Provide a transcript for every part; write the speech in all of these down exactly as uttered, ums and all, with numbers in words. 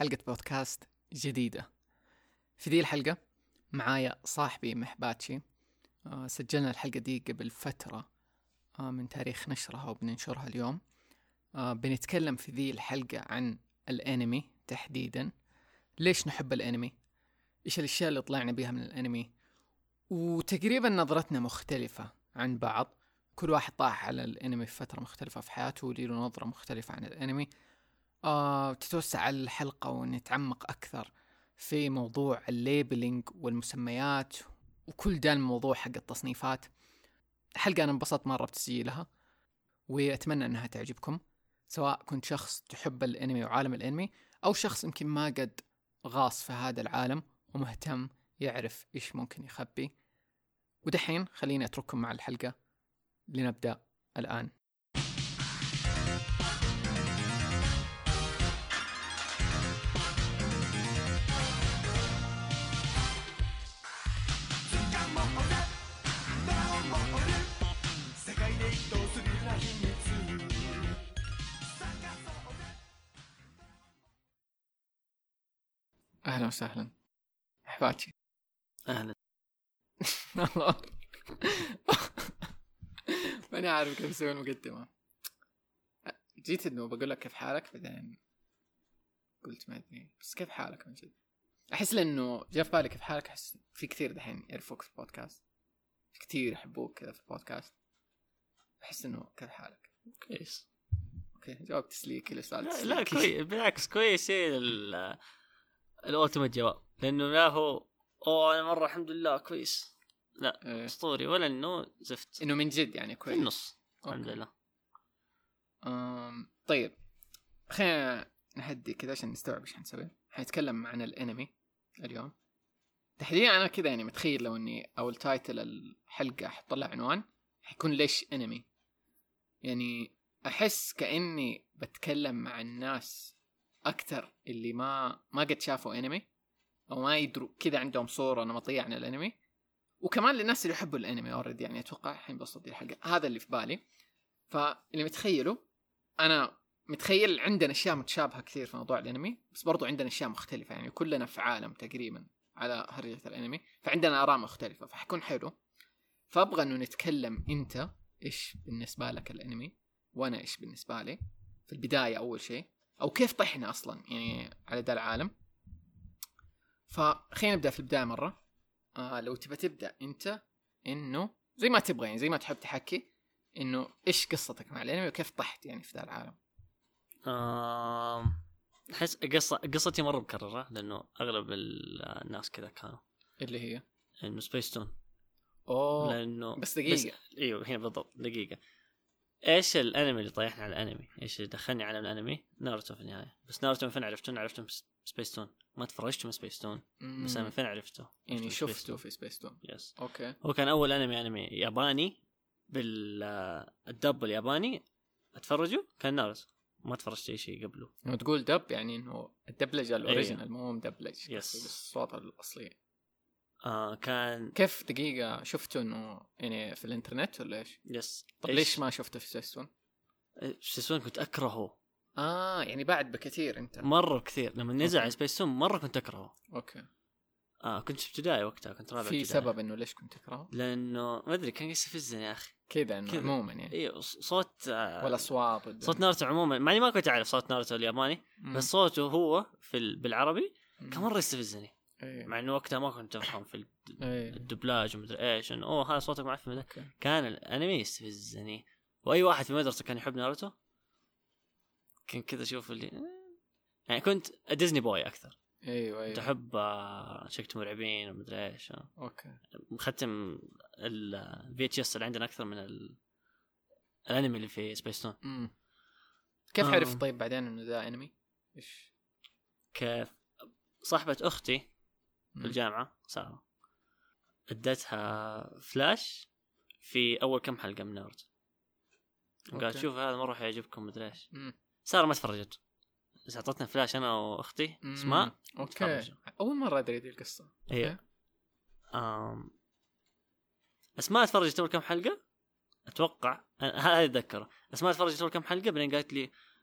حلقة بودكاست جديدة. في ذي الحلقة معايا صاحبي محباتشي. آه سجلنا الحلقة دي قبل فترة آه من تاريخ نشرها وبننشرها اليوم. آه بنتكلم في ذي الحلقة عن الأنمي تحديدا، ليش نحب الأنمي، إيش الأشياء اللي طلعنا بيها من الأنمي، وتقريبا نظرتنا مختلفة عن بعض. كل واحد طاح على الأنمي في فترة مختلفة في حياته وليه نظرة مختلفة عن الأنمي. آه تتوسع الحلقة ونتعمق أكثر في موضوع الليبلينج والمسميات وكل ده الموضوع حق التصنيفات. حلقة أنا انبسطت مرة بتسجيلها وأتمنى أنها تعجبكم، سواء كنت شخص تحب الأنمي وعالم الأنمي أو شخص يمكن ما قد غاص في هذا العالم ومهتم يعرف إيش ممكن يخبي. ودحين خليني أترككم مع الحلقة، لنبدأ الآن. أهلا وسهلا محباتي. أهلا. الله ماني عارف كيف أسوي المقدمة. جيت إنه بقول لك كيف حالك، بعدين قلت ما أدري، بس كيف حالك من جد. أحس لأنه جاء في بالي كيف حالك، أحس في كثير دحين يعرفوك في البودكاست، في كثير يحبوك كذا في البودكاست. أحس إنه كيف حالك كويس. أوكي، جواب تسليكي لسؤال لا, تسليكي. لا كويس، بالعكس كويس. شيء الأولتيميت جواب، لأنه لا هو أوه أنا مرة الحمد لله كويس، لا إيه. أسطوري، ولا إنه زفت، إنه من جد يعني في كويس النص. الحمد لله. أم طيب خلينا نهدي كذا عشان نستوعب ايش حنسوي. حنتكلم عن الانمي اليوم تحديدا. انا كذا يعني متخيل لو اني اول تايتل الحلقه احط له عنوان حيكون ليش انمي. يعني احس كاني بتكلم مع الناس اكثر اللي ما ما قد شافوا انمي او ما يدروا كذا، عندهم صوره نمطيه عن الانمي، وكمان للناس اللي يحبوا الانمي اوريدي. يعني اتوقع حينبسط دي الحلقه، هذا اللي في بالي. فاللي متخيله أنا متخيل عندنا أشياء متشابهة كثير في موضوع الأنمي، بس برضو عندنا أشياء مختلفة. يعني كلنا في عالم تقريبا على هرجة الأنمي، فعندنا آراء مختلفة، فحيكون حلو. فأبغى أنه نتكلم أنت إيش بالنسبة لك الأنمي وأنا إيش بالنسبة لي في البداية أول شيء، أو كيف طحنا أصلا يعني على ذا العالم. فخلينا نبدأ في البداية مرة. آه لو تبى تبدأ أنت، إنه زي ما تبغى، يعني زي ما تحب تحكي، إنه إيش قصتك مع الأنمي وكيف طحت يعني في ذا العالم. آه... أحس قصة قصتي مرة مكررة، لأنه أغلب الناس كذا كانوا، اللي هي إنه سبيس تون. أوه لأنه بس دقيقة بس... أيوه هنا بالضبط دقيقة. إيش الأنمي اللي طيحنا على الأنمي؟ إيش اللي دخلني على الأنمي؟ ناروتو في النهاية. بس ناروتو من فين عرفته؟ عرفته من سبيس تون. ما تفرجت من سبيس تون، بس أنا من فين عرفته؟ يعني شفته في سبيس تون. يس. أوكي. هو كان أول أنمي أنمي ياباني بالدب الياباني أتفرجه، كان ناروتو. ما تفرجت أي شيء قبله. لما تقول دب يعني إنه الدبلجة الأوريجينال، أيه. مو مدبلج. يس. بالصوت الأصلي. آه كان. كيف دقيقة شفته إنه يعني في الإنترنت ولا إيش؟ يس. طب إيش؟ ليش ما شفته في سبيس تون؟ سبيس تون كنت أكرهه. آه يعني بعد بكثير أنت. مرة كثير لما نزل على سبيس تون مرة كنت أكرهه. أوكي. آه كنت في ابتدائي وقتها، كنت رابع في ابتدائي. سبب إنه ليش كنت تكرهه؟ لأنه ما أدري كان يستفزني يا أخي كذا إنه عموما يعني. إيه صوت آه ولا أصوات. صوت ناروتو عموما، معني ما كنت أعرف صوت ناروتو الياباني. مم. بس صوته هو في ال... بالعربي كان مرة يستفزني. أيه. مع إنه وقتها ما كنت أفهم في الد... أيه. الدبلاج ومدري إيش، إنه أوه هذا صوتك معفن ده. كان الأنمي يستفزني، وأي واحد في مدرسة كان يحب ناروتو كان كذا شوف اللي يعني كنت ديزني بوي أكثر. ايوه ايوه تحب شكت مرعبين ومدري ايش. اوكي. مختم الفي اتش اس اللي عندنا اكثر من ال... الانمي اللي في سبيس تون. امم كيف عرفت آه. طيب بعدين انه ذا انمي؟ ايش كيف صاحبة اختي في الجامعة سارة ادتها فلاش في اول كم حلقة من ناروتو، قالت شوف هذا مرة حيعجبكم مدري ايش. سارة ما تفرجت، بس اعطتنا فلاش انا واختي اسماء. اوكي. اول مره ادري دي القصه. هي امم اسماء تفرجت اول كم حلقه اتوقع، هذا اتذكره. اسماء تفرجت اول كم حلقه بعدين قالت لي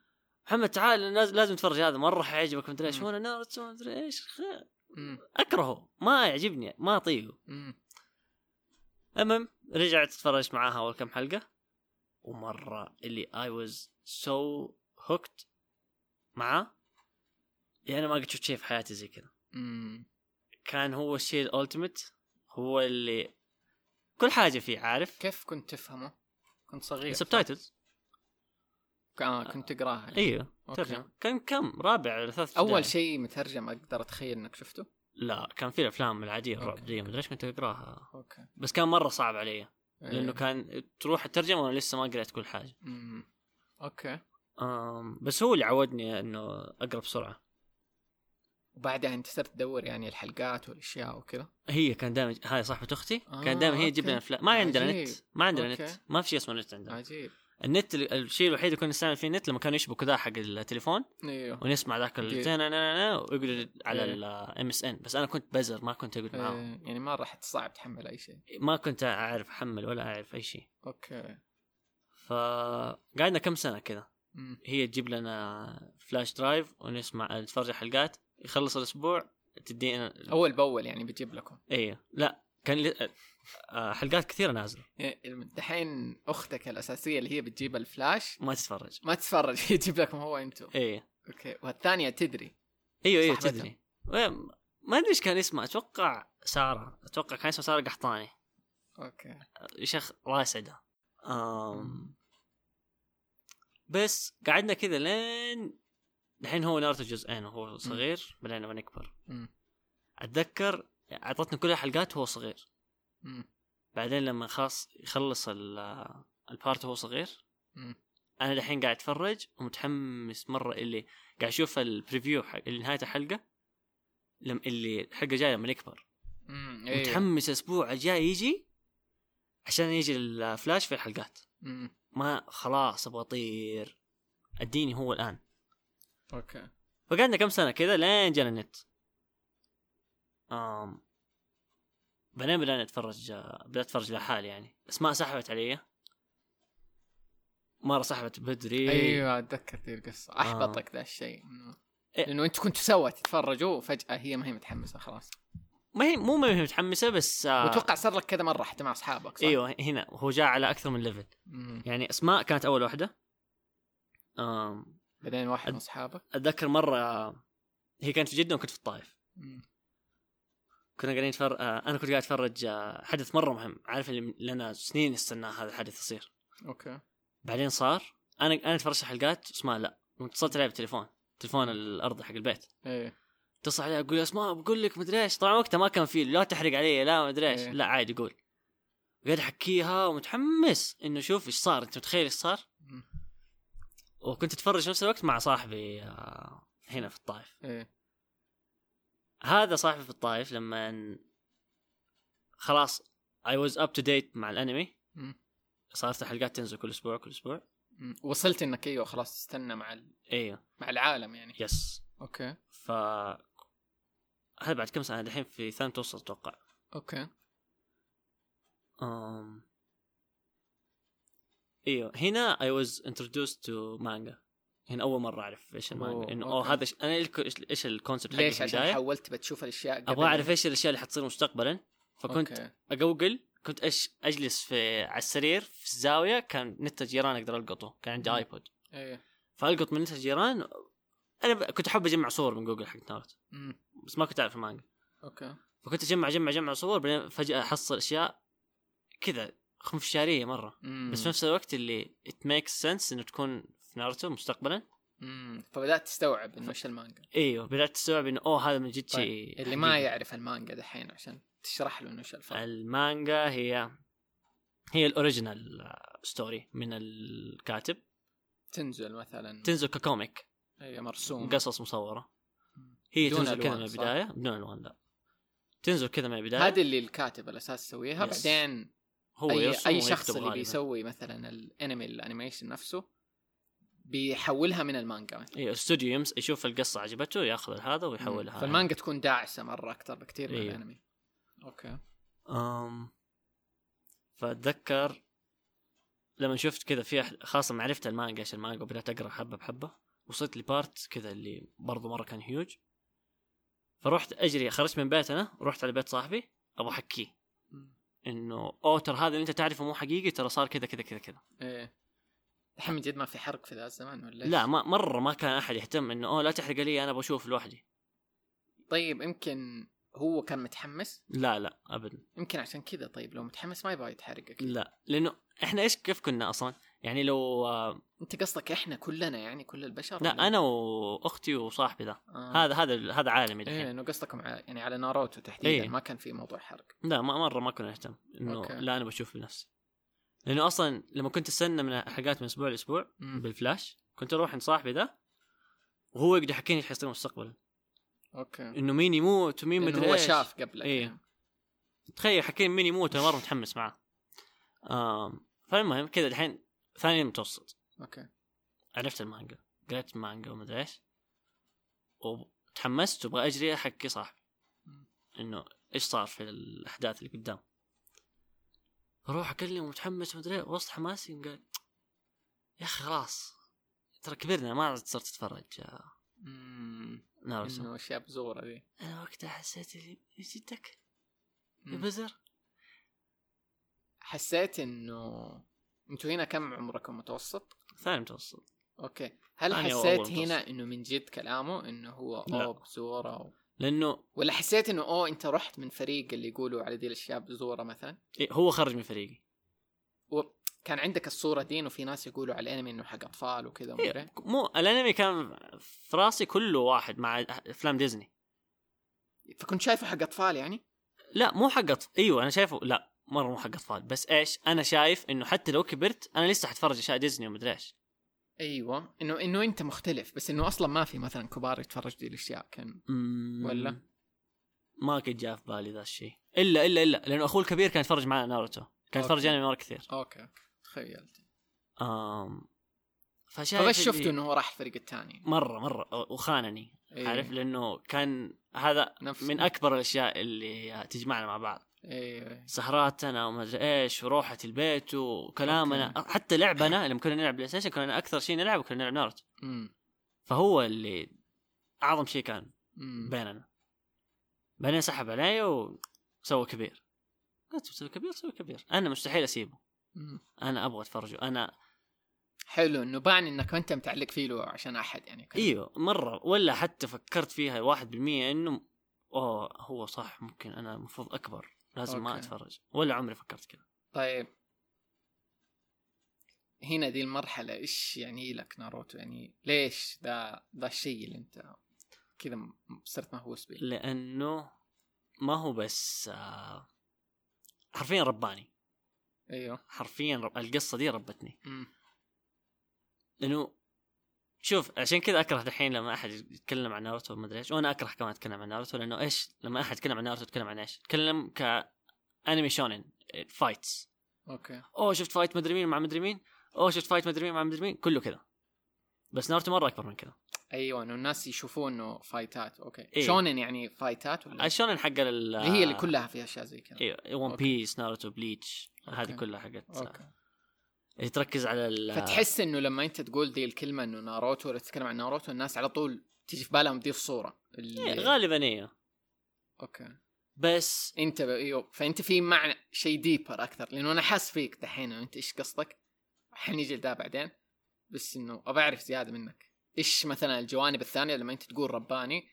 محمد تعال لازم تفرج هذا مره حيعجبك مدري ايش. وانا ناروتو مدري ايش اكرهه ما يعجبني ما اطيقه. المهم رجعت اتفرجت معاها اول كم حلقه ومره اللي I was so hooked معاه يعني ما قد شفت شيء في حياتي زي كذا. كان هو الشيء الالتيميت هو اللي كل حاجه فيه عارف. كيف كنت تفهمه؟ كنت صغير سبتايتلز آه كنت تقراها يعني. ايوه ترجمه. كان كم رابع ولا ثالث اول شيء مترجم اقدر اتخيل انك شفته. لا كان في الافلام العاديه الرعب دي مدري ايش كنت اقراها. أوكي. بس كان مره صعب علي لانه كان تروح الترجمه وانا لسه ما قرأت كل حاجه. امم اوكي. أم بس هو اللي عودني انه اقرا بسرعه. وبعدها انت صرت تدور يعني الحلقات والاشياء وكذا. هي كان دائما هاي صاحبه اختي آه كان دائما هي تجيب لنا افلام. ما عندنا نت ما عندنا أوكي. نت ما في شيء اسمه نت عندنا. عجيب. النت الشيء الوحيد اللي كنا نستعمل فيه النت لما كانوا يشبكوا ذا حق التليفون. ايوه ونسمع ذاك التنا ويقعد على الام اس ان. بس انا كنت بزر ما كنت اقعد معاهم. يعني ما راح تصعب تحمل اي شيء. ما كنت اعرف احمل ولا اعرف اي شيء. اوكي. فقعدنا كم سنه كذا هي تجيب لنا فلاش درايف ونسمع نتفرج حلقات. يخلص الاسبوع تدينا اول باول يعني بتجيب لكم. ايوه لا كان لي... حلقات كثيره نازله. الحين اختك الاساسيه اللي هي بتجيب الفلاش ما تتفرج ما تتفرج يجيب لكم هو انتو. ايه اوكي. والثانيه تدري. ايوه ايوه تدري. ما ادري ايش كان اسمه اتوقع ساره اتوقع كان اسمه ساره قحطاني. اوكي. شيخ راسده. أم... بس قعدنا كذا لين الحين هو ناروتو جزئين وهو صغير بدينا ما نكبر. اتذكر اعطتني كل الحلقات وهو صغير. مم. بعدين لما خلاص يخلص البارت وهو صغير مم. انا الحين قاعد اتفرج ومتحمس مره اللي قاعد اشوف البريفيو حق اللي نهايه الحلقه لما اللي الحلقه جايه لما نكبر. مم. متحمس الاسبوع الجاي يجي عشان يجي الفلاش في الحلقات. مم. ما خلاص ابغى اطير اديني هو الان. اوكي. فقعدنا كم سنه كذا لين جانا النت. امم بعدين بدأنا نتفرج بدأت أتفرج لحالي يعني. اسماء سحبت علي مرة سحبت بدري. أيوة أتذكر ذي القصة. أحبطك آه. ذا الشيء إنه إيه؟ لأنه أنتوا كنتوا سوا تتفرجوا وفجأة هي ما هي متحمسة خلاص. ما هي مو ما هي متحمسة بس آه وتوقع صار لك كذا مرة حتى مع أصحابك صح؟ أيوة هنا هو جاء على أكثر من ليفل. مم. يعني أسماء كانت أول واحدة. آم بعدين واحد من أصحابك. أتذكر مرة آه هي كانت في جدة وكنت في الطائف. مم. كنا قاعدين نتفرج. آه أنا كنت قاعد أتفرج آه حدث مرة مهم عارف اللي لنا سنين استنى هذا الحدث يصير. أوكي. بعدين صار أنا أنا تفرجت حلقات اسمها لا واتصلت عليها بالتليفون تليفون الأرضي حق البيت. إيه. اتصل عليها أقول اسماء بقول لك مدري إيش. طبعا وقتها ما كان فيه لا تحرق علي لا مدري إيش. إيه. لا عادي يقول قاعد أحكيها ومتحمس إنه شوف إيش صار. أنت متخيل إيش صار؟ م. وكنت أتفرج نفس الوقت مع صاحبي آه هنا في الطائف. إيه. هذا صاحبي في الطائف لما خلاص I was up to date مع الأنمي. م. صارت الحلقات تنزل كل أسبوع كل أسبوع. م. وصلت إنك أيوة خلاص تستنى مع ال... أيوة مع العالم يعني. يس. أوكي. ف هذا بعد كم سنة الحين في ثاني توصل أتوقع. أوكي. أم... ايوه هنا I was introduced to manga. هنا اول مره اعرف ايش المانجا انه اوه هذا ش... انا ايش الكونسبت حقي. ليش عشان حولت بتشوف الاشياء قبل ابغى اعرف ايش الاشياء اللي حتصير مستقبلا. فكنت أوكي. اجوجل كنت ايش اجلس في على السرير في الزاويه كان نت الجيران اقدر القطه. كان عندي ايبود ايه فالقط من نت الجيران. انا ب... كنت احب اجمع صور من جوجل حق ناروتو بس ما كنت اعرف المانجا. اوكي. فكنت اجمع اجمع اجمع صور بعدين فجاه احصل اشياء كذا خنفشاريه مره. مم. بس في نفس الوقت اللي it makes sense انه تكون في ناروتو مستقبلا. امم فبدات تستوعب انه ايش المانجا. ايوه بدات تستوعب انه اوه هذا من جد شيء. طيب. اللي ما يعرف المانجا دحين عشان تشرح له انه ايش الفرق. المانجا هي هي الاوريجينال ستوري من الكاتب. تنزل مثلا تنزل ككوميك. هي مرسوم قصص مصوره. هي تنزل كذا من البدايه بدون الوان. لا تنزل كذا من البدايه. هذه اللي الكاتب الاساس يسويها. يس. بعدين هو اي, أي شخص اللي غالباً. بيسوي مثلا الانمي الانيميشن نفسه بيحولها من المانجا. اي استوديو يمس يشوف القصه عجبته ياخذ هذا ويحولها. فالمانجا تكون داعسه مره اكثر بكثير من إيه. الانمي. اوكي. امم فاتذكر لما شفت كذا في خاصه معرفه المانجا ايش المانجا وبدات اقرا حبه بحبه وصلت لي بارت كذا اللي برضو مره كان هيوج، فرحت اجري خرجت من بيتنا ورحت على بيت صاحبي ابغى احكيه انه اوه ترى هذا اللي انت تعرفه مو حقيقي، ترى صار كذا كذا كذا كذا. ايه الحين جد ما في حرق في ذا الزمان ولا لا ما مره ما كان احد يهتم انه اوه لا تحرق لي انا بشوف لوحدي. طيب يمكن هو كان متحمس. لا لا ابدا يمكن عشان كذا. طيب لو متحمس ما يبغى يتحرقك. لا لانه احنا ايش كيف كنا اصلا يعني لو آه انت قصدك احنا كلنا يعني كل البشر؟ لا انا واختي وصاحبي ذا آه. هذا هذا هذا عالمي الحين. ايه انه قصدكم يعني على ناروتو تحديدا. إيه. ما كان في موضوع حرق. لا ما مره ما كنا نهتم انه أوكي. لا انا بشوف بنفسي، لانه اصلا لما كنت استنى من حلقات من اسبوع لاسبوع بالفلاش كنت اروح عند صاحبي ذا وهو يقدر يحكيني ايش حيصير مستقبلا. اوكي انه مين يموت ومين مدري هو ايش. شاف قبلك. ايه يعني. تخيل حكيني مين يموت انا مره متحمس معاه. آه فالمهم كذا الحين ثاني متوسط. اوكي عرفت المانجا، قرأت المانجا ومدري ايش وتحمست وابغى اجري احكي صاحبي انه ايش صار في الاحداث اللي قدام. اروح اكلم متحمس ومدري ايه وسط حماسي قال يا اخي خلاص ترى كبرنا ما عاد صرت تتفرج. امم ناروتو انه شاب زورة ذي. انا وقتها حسيت لي جدك يا بزر. حسيت انه انتوا هنا كم عمركم؟ متوسط؟ ثاني متوسط. اوكي هل حسيت هنا انه من جد كلامه انه هو او بزورة و... لانه ولا حسيت انه اوه انت رحت من فريق اللي يقولوا على دي الاشياء بزورة مثلا؟ إيه هو خرج من فريقي وكان عندك الصورة دي انه في ناس يقولوا على الانمي انه حق اطفال وكذا. إيه مو الانمي كان في راسي كله واحد مع افلام ديزني، فكنت شايفه حق اطفال يعني؟ لا مو حق أطفال. ايوه انا شايفه لا مره مو حق اطفال، بس ايش انا شايف انه حتى لو كبرت انا لسه حتفرج اشياء ديزني ومدري ايش. ايوه انه انه انت مختلف، بس انه اصلا ما في مثلا كبار يتفرج دي الاشياء كان مم... ولا ما كنت جاء في بالي ذا الشيء الا الا الا لانه اخوه الكبير كان يتفرج معنا ناروتو، كان يتفرج انمي مره كثير. اوكي اوكي تخيلت. امم فشايف فبس شفته انه هو راح الفريق الثاني مره مره وخانني. إيه. عارف لانه كان هذا نفس من اكبر الاشياء اللي تجمعنا مع بعض. ايوه سهراتنا وما ادري ايش وروحه البيت وكلامنا أوكي. حتى لعبنا لما كنا نلعب بلاي ستيشن كنا اكثر شيء نلعب وكنا نلعب ناروتو. فهو اللي اعظم شيء كان مم. بيننا. بعدين سحب علي وسوى كبير. قلت سوى كبير سوى كبير انا مستحيل اسيبه. مم. انا ابغى اتفرجه. انا حلو انه بعني انك انت متعلق فيه له عشان احد يعني كان. ايوه مره ولا حتى فكرت فيها واحد بالمية انه اوه هو صح ممكن انا المفروض اكبر لازم أوكي. ما اتفرج ولا عمري فكرت كذا. طيب هنا دي المرحله ايش يعني لك ناروتو؟ يعني ليش ده ده الشيء اللي انت كذا صرت مهووس به؟ لانه ما هو بس آه حرفيا رباني. ايوه حرفيا رب... القصه دي ربتني. م. لانه شوف عشان كذا اكره الحين لما احد يتكلم عن ناروتو ما ادري ايش، وانا اكره كمان اتكلم عن ناروتو لانه ايش لما احد يتكلم عن ناروتو يتكلم عن ايش؟ يتكلم كانمي شونن فايتس. اوكي اوه شفت فايت مدري مين مع مدري مين، اوه شفت فايت مدري مين مع مدري مين، كله كذا. بس ناروتو مره اكبر من كذا. ايوه انه الناس يشوفون انه فايتات. اوكي إيه؟ شونن يعني فايتات ولا الشونن حق اللي هي اللي كلها فيها اشياء زي كذا؟ ايوه ون بيس ناروتو بليتش هذه كلها حقت اوكي اللي تركز على ال... فتحس انه لما انت تقول دي الكلمه انه ناروتو ولا تتكلم عن ناروتو الناس على طول تيجي في بالهم دي الصوره اللي... إيه غالبا ايه. اوكي بس انت ايوه فانت في معنى شيء ديبر اكثر لانه انا حاس فيك دحين انت ايش قصدك حنيجي لده بعدين، بس انه ابى اعرف زياده منك ايش مثلا الجوانب الثانيه لما انت تقول رباني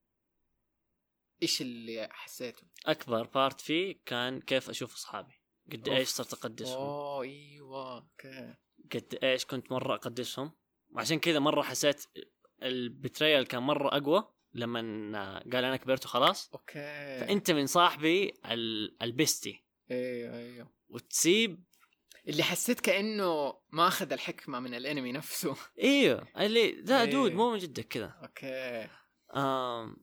ايش اللي حسيته. اكبر بارت فيه كان كيف اشوف اصحابي قد ايش صرت اقدسهم. اوه ايوه اوكي قد ايش كنت مره اقدسهم، وعشان كذا مره حسيت البتريال كان مره اقوى لما قال انا كبرت وخلاص. اوكي فانت من صاحبي البستي. ايوه ايوه وتسيب اللي حسيت كأنه ما أخذ الحكمة من الانمي نفسه. ايوه اللي ذا دود مو من جدك كذا. اوكي امم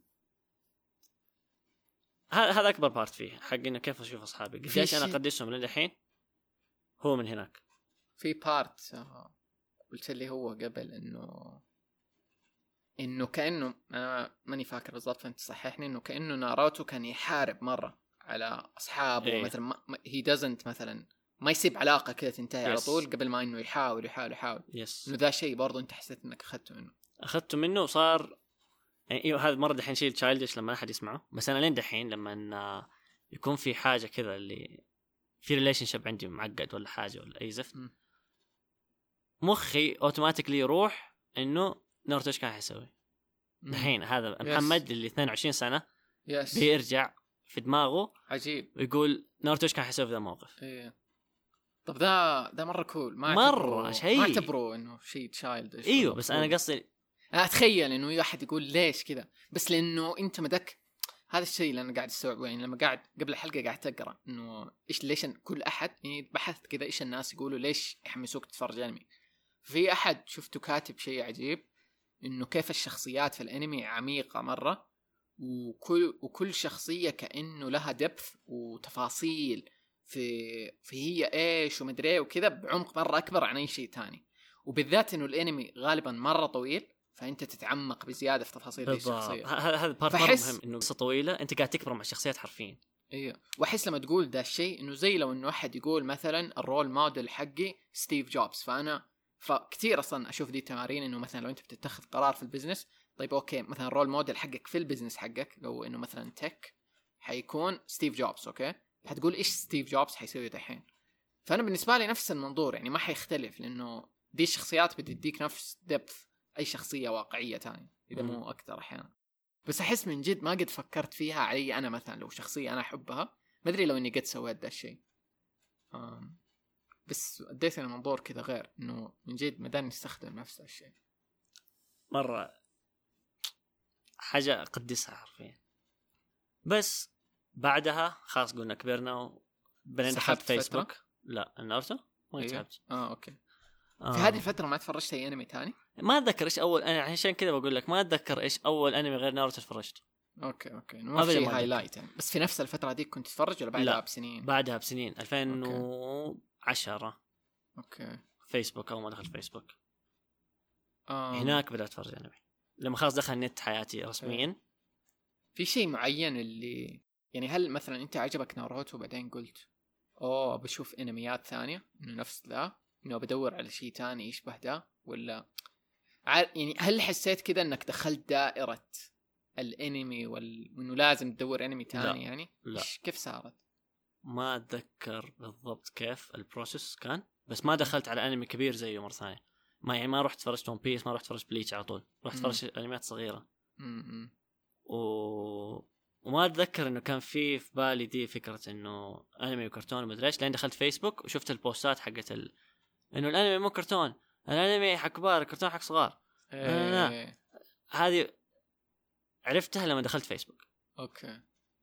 هذا اكبر بارت فيه حق انه كيف اشوف اصحابي قديش انا اقدسهم للحين. هو من هناك في بارت قلت لي هو قبل انه انه كأنه انا ماني فاكر بالضبط فانت صححني انه كأنه ناروتو كان يحارب مرة على اصحابه. إيه؟ مثلا هي دازنت مثلا ما يسيب علاقة كذا تنتهي yes. على طول قبل ما انه يحاول يحاول يحاول yes. انه ذا شيء برضو انت حسيت انك اخذته منه. اخذته منه وصار يعني ايوه هذا مره دحين شيء تشايلدش لما احد يسمعه، بس انا لين دحين لما إن يكون في حاجه كذا اللي في ريليشن شيب عندي معقد ولا حاجه ولا اي زفت، مخي اوتوماتيكلي يروح انه ناروتو ايش كان حيسوي دحين. هذا محمد اللي اثنين وعشرين سنه يس. بيرجع في دماغه عجيب ويقول ناروتو ايش كان حيسوي في ذا الموقف. ايه. طب ده ده مره كول، ما مره شيء ما اعتبره انه شيء تشايلد. ايوه بس انا قصدي انا اتخيل انه احد يقول ليش كذا، بس لانه انت مدك هذا الشيء اللي انا قاعد استوعبه. يعني لما قاعد قبل الحلقه قاعد تقرا انه ايش ليش كل احد يعني بحثت كذا ايش الناس يقولوا ليش يحمسوك تتفرج انمي. في احد شفته كاتب شيء عجيب انه كيف الشخصيات في الانمي عميقه مره، وكل وكل شخصيه كانه لها دبث وتفاصيل في في هي ايش ومدري ايه وكذا بعمق مره اكبر عن اي شيء تاني. وبالذات انه الانمي غالبا مره طويل، فانت تتعمق بزياده في تفاصيل الشخصيه. هذا هذا بارت مره مهم، انه قصه طويله انت قاعد تكبر مع الشخصيات حرفيا. ايوه. واحس لما تقول ده الشيء انه زي لو انه احد يقول مثلا الرول موديل حقي ستيف جوبز، فانا فكتير اصلا اشوف دي تمارين انه مثلا لو انت بتتخذ قرار في البزنس، طيب اوكي مثلا الرول موديل حقك في البزنس حقك لو انه مثلا تك حيكون ستيف جوبز، اوكي حتقول ايش ستيف جوبز حيسوي دحين. فانا بالنسبه لي نفس المنظور، يعني ما حيختلف، لانه دي الشخصيات بتديك نفس دبث اي شخصيه واقعيه تاني اذا مو اكثر احيانا. بس احس من جد ما قد فكرت فيها علي انا، مثلا لو شخصيه انا احبها ما ادري لو اني قد سويت ده الشيء، بس اديت انا منظور كذا غير انه من جد مدام نستخدم نفس الشيء مره حاجه اقدسها حرفيا. بس بعدها خلاص قلنا كبرنا وبعدين دخلت فيسبوك. لا ناروتو ما تعبت. اه اوكي. آه. في هذه الفتره ما تفرجت اي انمي ثاني؟ ما اتذكر ايش اول انا عشان كذا بقول لك ما اتذكر ايش اول انمي غير ناروتو تفرجت. اوكي اوكي ما في هايلايت يعني. بس في نفس الفتره هذيك كنت تتفرج ولا بعدها بسنين؟ بعدها بسنين ألفين وعشرة. اوكي. فيسبوك اول ما دخلت فيسبوك آه. هناك بدأت اتفرج انمي لما خلاص دخل النت حياتي رسميا. في شيء معين اللي يعني هل مثلا انت عجبك ناروتو وبعدين قلت اوه بشوف انميات ثانيه انه نفس ذا، انه بدور على شيء تاني يشبه ده، ولا يعني هل حسيت كذا انك دخلت دائره الانمي وال... وانه لازم تدور انمي تاني؟ لا. يعني لا. كيف صارت؟ ما اتذكر بالضبط كيف البروسيس كان، بس ما دخلت على انمي كبير زيه مره ثانيه. ما يعني ما رحت فرجت ون بيس، ما رحت فرجت بليتش على طول، رحت فرجت انميات صغيره. امم و... وما اتذكر انه كان في في بالي دي فكره انه انمي وكرتون ومدري ايش، لين دخلت فيسبوك وشفت البوستات حقت ال... انه الانمي مو كرتون، الانمي حق كبار، الكرتون حق صغار. إيه. هذه عرفتها لما دخلت فيسبوك. اوكي.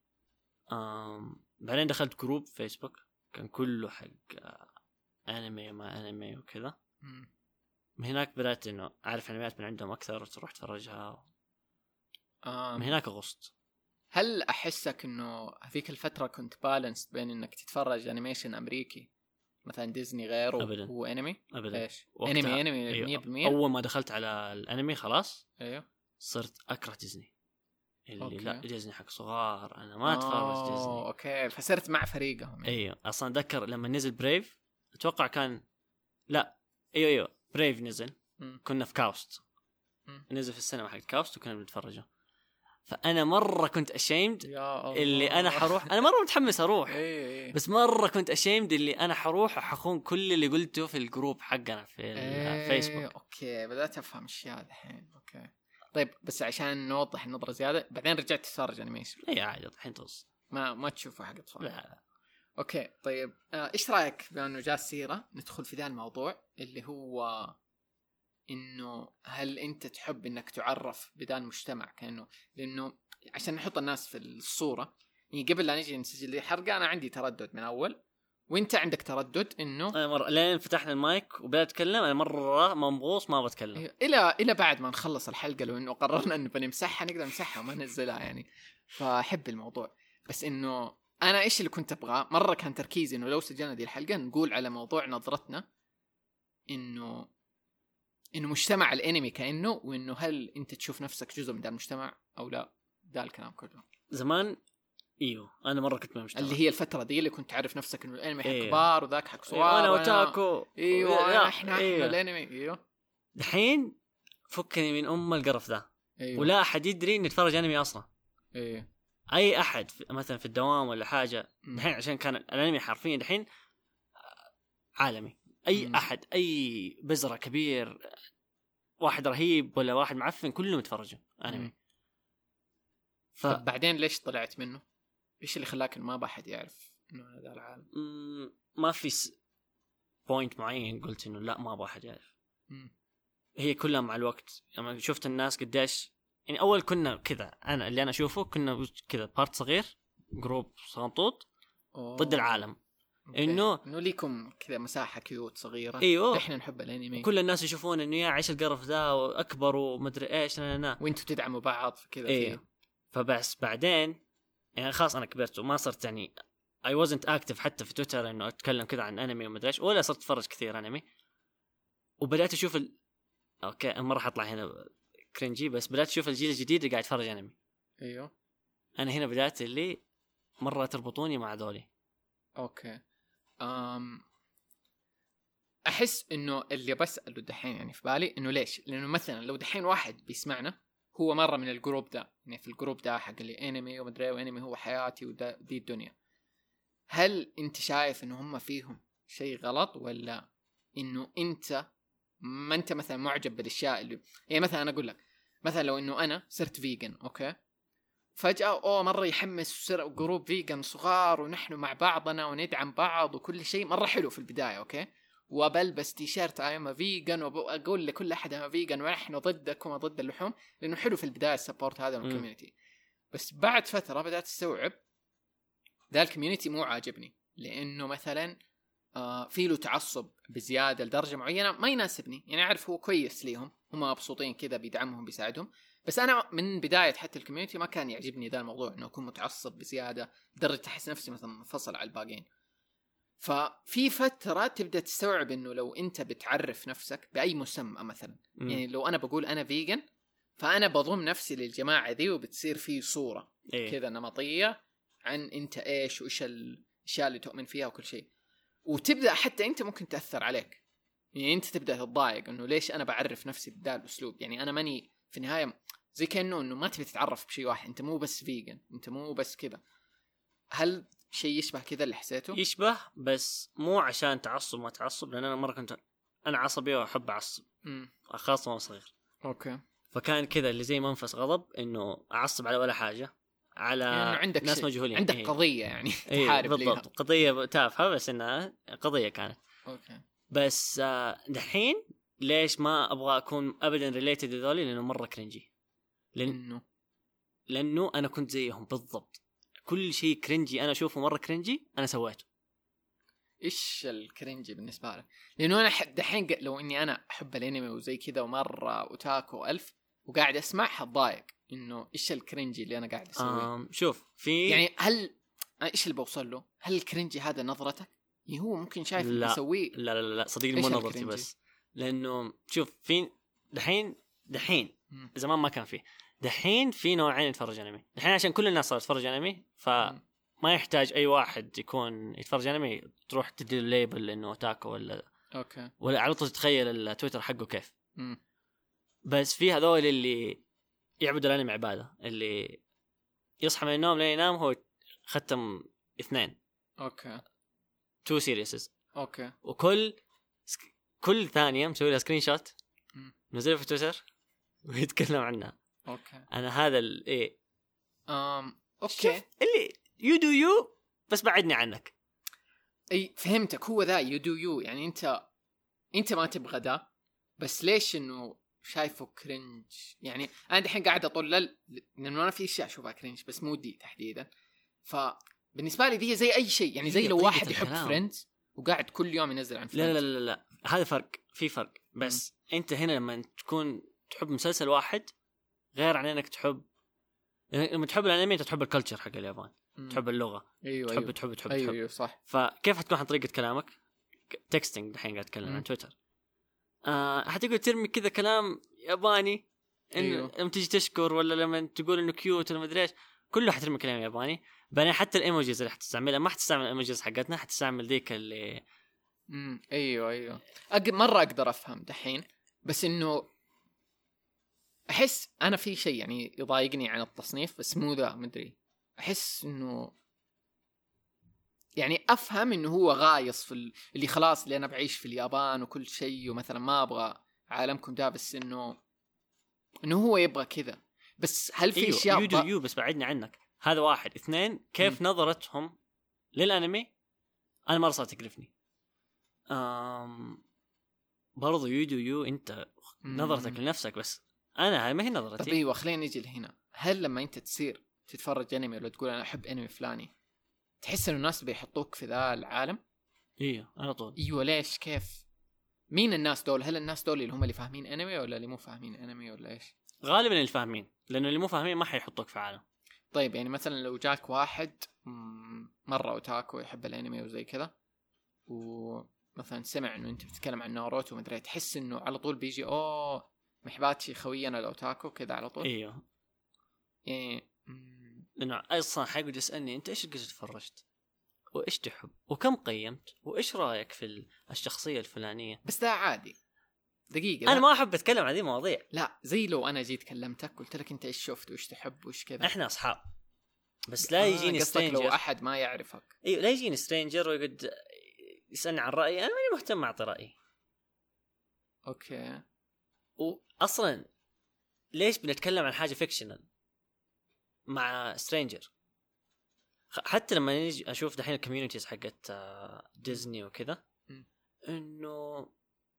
امم بعدين دخلت جروب فيسبوك كان كله حق انمي ما انمي وكذا. من هناك بدأت انه اعرف انميات من عندهم اكثر وتروح تفرجها. آم. من هناك غصت. هل احسك انه هذيك الفتره كنت بالانس بين انك تتفرج انيميشن امريكي مثلا ديزني غير أبداً. وانمي؟ ابدا. ايش انمي انمي أيوة. مية بالمية. اول ما دخلت على الانمي خلاص ايوه صرت اكره ديزني اللي أوكي. لا ديزني حق صغار انا ما اتفرج ديزني. اوكي فصرت مع فريقهم يعني. ايوه اصلا اتذكر لما نزل بريف اتوقع كان لا ايوه ايوه بريف نزل م. كنا في كاوست م. نزل في السينما حق كاوست وكنا بنتفرجه. فانا مره كنت اشيمد اللي انا حروح انا مره متحمس اروح إيه. بس مره كنت اشيمد اللي انا حروح وحخون كل اللي قلته في الجروب حقنا في إيه. الفيسبوك. اوكي بدأت افهم اشياء الحين. اوكي طيب بس عشان نوضح النظرة زيادة، بعدين رجعت تتفرج انيميشن؟ اي عادي الحين توصل ما ما تشوفه حق اطفال؟ لا لا. اوكي طيب آه، ايش رايك بانه جاء السيرة ندخل في ذا الموضوع اللي هو انه هل انت تحب انك تعرف بدا المجتمع كانه، لانه عشان نحط الناس في الصورة يعني قبل لا نجي نسجل دي الحلقة انا عندي تردد من اول وانت عندك تردد انه انا مره لين فتحنا المايك وبدأت اتكلم انا مره منبوص ما بتكلم الى الى بعد ما نخلص الحلقه لو انه قررنا انه بنمسحها نقدر نمسحها وما ننزلها يعني. فاحب الموضوع بس انه انا ايش اللي كنت ابغاه مره كان تركيزي انه لو سجلنا دي الحلقه نقول على موضوع نظرتنا انه انه مجتمع الانمي كانه، وانه هل انت تشوف نفسك جزء من ذا المجتمع او لا. ده الكلام كله زمان ايوه انا مره كنت مجتمع اللي هي الفتره دي اللي كنت تعرف نفسك انه الانمي حق إيه. كبار وذاك حق صغار. انا وتاكو ايوه إيه. احنا إيه. الانمي ايوه الحين فكني من ام القرف ذا. أيوه. ولا احد يدري اني اتفرج انمي اصلا. ايه اي احد في مثلا في الدوام ولا حاجه مم. الحين عشان كان الانمي حرفيا الحين عالمي. اي مم. احد اي بزره كبير واحد رهيب ولا واحد معفن كلهم يتفرجوا انمي. مم. ف... طب بعدين ليش طلعت منه؟ ايش اللي خلاك ما بحد يعرف انه هذا العالم؟ مم، ما في س... بوينت معين قلت انه لا ما ابغى احد يعرف. مم. هي كلها مع الوقت لما شفت الناس قديش يعني اول كنا كذا انا اللي انا اشوفه كنا كذا بارت صغير جروب صغنطوط ضد العالم. أوكي. انه انه ليكم كذا مساحه كيوت صغيره. ايوه احنا نحب الانمي. كل الناس يشوفون انه يا عيش القرف ذا واكبر ومدري ايش لا لا وانتوا تدعموا بعض كذا ايه. فيه. فبس بعدين يعني خلاص انا كبرت وما صرت يعني I wasn't active حتى في تويتر انه اتكلم كذا عن انمي ومدري ايش ولا صرت اتفرج كثير انمي. وبدأت اشوف ال... اوكي ما راح اطلع هنا كرنجي بس بدأت اشوف الجيل الجديد اللي قاعد يتفرج انمي. ايوه انا هنا بدأت اللي مرة تربطوني مع ذولي. اوكي. أم... احس انه اللي بسأله دحين يعني في بالي انه ليش، لانه مثلا لو دحين واحد بيسمعنا هو مرة من الجروب ده، يعني في الجروب ده حق اللي انمي ومدري وانمي هو حياتي ودي الدنيا، هل انت شايف انه هم فيهم شيء غلط ولا انه انت ما انت مثلا معجب بالاشياء اللي يعني مثلا انا اقول لك مثلا لو انه انا صرت فيجن اوكي فجأة اوه مرة يحمس وصير جروب فيجن صغار ونحن مع بعضنا وندعم بعض وكل شيء مرة حلو في البداية اوكي وبلبس تيشيرت ايما فيجن واقول لكل احد انا فيجن ونحن ضدكم وضد اللحوم لانه حلو في البداية السبورت هذا من الكوميونتي. بس بعد فترة بدأت استوعب ذا الكوميونتي مو عاجبني لانه مثلا آه في له تعصب بزيادة لدرجة معينة ما يناسبني. يعني أعرف هو كويس ليهم هم مبسوطين كذا بيدعمهم بيساعدهم بس أنا من بداية حتى الكوميونتي ما كان يعجبني ذا الموضوع إنه أكون متعصب بزيادة لدرجة أحس نفسي مثلا منفصل على الباقين. ففي فترة تبدأ تستوعب إنه لو أنت بتعرف نفسك بأي مسمى مثلا م. يعني لو أنا بقول أنا فيجن فأنا بضم نفسي للجماعة ذي وبتصير في صورة إيه؟ كذا نمطية عن أنت إيش وإيش الأشياء اللي تؤمن فيها وكل شيء وتبدأ حتى أنت ممكن تأثر عليك. يعني أنت تبدأ تتضايق إنه ليش أنا بعرف نفسي بدا الأسلوب. يعني أنا ماني في النهاية زي كأنه إنه ما تبي تتعرف بشيء واحد أنت مو بس فيجن أنت مو بس كذا. هل شيء يشبه كذا اللي حسيته؟ يشبه بس مو عشان تعصب ما تعصب لأن أنا مرة كنت أنا عصبي وأحب أعصب خاصة وأنا صغير. أوكي. فكان كذا اللي زي منفس غضب إنه أعصب على ولا حاجة على يعني عندك ناس شيء. مجهولين عندك إيه. قضية يعني إيه تحارب بالضبط ليها. قضية تافهة بس إنها قضية كانت. أوكي. بس دحين ليش ما أبغى أكون أبدا ريليتد لذولي لأنه مرة كرنجي لأن... إنه لأنه أنا كنت زيهم بالضبط كل شيء كرنجي أنا أشوفه مرة كرنجي أنا سويته. إيش الكرنجي بالنسبة لك؟ لأنه أنا دحين لو إني أنا أحب الأنمي وزي كذا ومرة أوتاكو ألف وقاعد أسمع حضايق إنه إيش الكرنجي اللي أنا قاعد أسويه. شوف في يعني هل إيش اللي بوصل له؟ هل الكرنجي هذا نظرتك؟ يعني هو ممكن شايف اللي يسويه. لا لا لا لا صديقني مو نظرتي بس لأنه شوف في دحين دحين م. زمان ما كان فيه دحين في نوعين يتفرج انمي. دحين عشان كل الناس صارت تتفرج انمي فما يحتاج اي واحد يكون يتفرج انمي تروح تدي الليبل انه تاكو ولا اوكي ولا على طول تتخيل التويتر حقه كيف. م. بس في هذول اللي يعبدوا الانمي عباده اللي يصحى من النوم لين ينام هو ختم اثنين اوكي تو سيريسز اوكي وكل كل ثانيه مسوي لها سكرين شوت نزلها في تويتر ويتكلم عنها. اوكي انا هذا الايه امم اوكي اللي يو دو يو بس بعدني عنك. اي فهمتك هو ذا يو دو يو يعني انت انت ما تبغى ده بس ليش انه شايفه كرنج. يعني انا الحين قاعد اطلل لانه انا في اشياء اشوفها كرنج بس مو دي تحديدا. فبالنسبه لي دي زي اي شيء يعني زي لو واحد يحب فريندز وقاعد كل يوم ينزل عن فريندز. لا لا لا لا هذا فرق في فرق بس م. انت هنا لما تكون تحب مسلسل واحد غير عن انك تحب لما تحب الانمي انت تحب الكلتشر حق اليابان م. تحب اللغه أيوة تحب أيوة. تحب تحب أيوة تحب أيوة صح. فكيف حتكون عن طريقه كلامك تكستنج الحين قاعد اتكلم عن تويتر آه حتقول ترمي كذا كلام ياباني إن أيوة. لما تيجي تشكر ولا لما تقول انه كيوت ولا ما ادري ايش كله حترمي كلام ياباني. بعدين حتى الايموجيز اللي حتستعملها ما حتستعمل الايموجيز حقتنا حتستعمل ذيك اللي امم ايوه ايوه أق... مره اقدر افهم دحين بس انه احس انا في شيء يعني يضايقني عن التصنيف بس مو ذا مدري. احس انه يعني افهم انه هو غايص في ال... اللي خلاص اللي انا بعيش في اليابان وكل شيء ومثلا ما ابغى عالمكم ده، بس انه انه هو يبغى كذا. بس هل في أيوه اشياء يو دو يو بس بعدني عنك. هذا واحد. اثنين كيف م. نظرتهم للانمي انا مره صارت تقرفني. امم برضو يو دو يو انت نظرتك لنفسك، بس انا هاي ما هي نظرتي. طيب ايوه خلينا نجي لهنا. هل لما انت تصير تتفرج انمي ولا تقول انا احب انمي فلاني تحس ان الناس بيحطوك في ذا العالم؟ ايوه على طول. ايوه ليش؟ كيف؟ مين الناس دول؟ هل الناس دول اللي هم اللي فاهمين انمي ولا اللي مو فاهمين انمي ولا ايش؟ غالبا اللي فاهمين، لانه اللي مو فاهمين ما حيحطوك في عالم. طيب يعني مثلا لو جاك واحد مره اوتاكو يحب الانمي وزي كذا ومثلا سمع انه انت بتتكلم عن ناروتو ومدري، تحس انه على طول بيجي اوه محباتي خوينا الاوتاكو كذا على طول؟ ايوه يعني لانه اصلا حيقعد يسالني انت ايش قد تفرجت وايش تحب وكم قيمت وايش رايك في الشخصيه الفلانيه. بس ده عادي. دقيقه انا ما احب اتكلم عن هذه المواضيع. لا زي لو انا جيت كلمتك قلت لك انت ايش شفت وايش تحب وايش كذا. احنا اصحاب بس لا يجيني آه سترينجر. لو احد ما يعرفك ايوه لا يجيني سترينجر ويقعد يسالني عن رايي، انا ماني مهتم اعطي رايي. اوكي. واصلا ليش بنتكلم عن حاجه فيكشنال مع سترينجر؟ حتى لما نيجي اشوف دحين الكوميونيتيز حقت ديزني وكذا، انه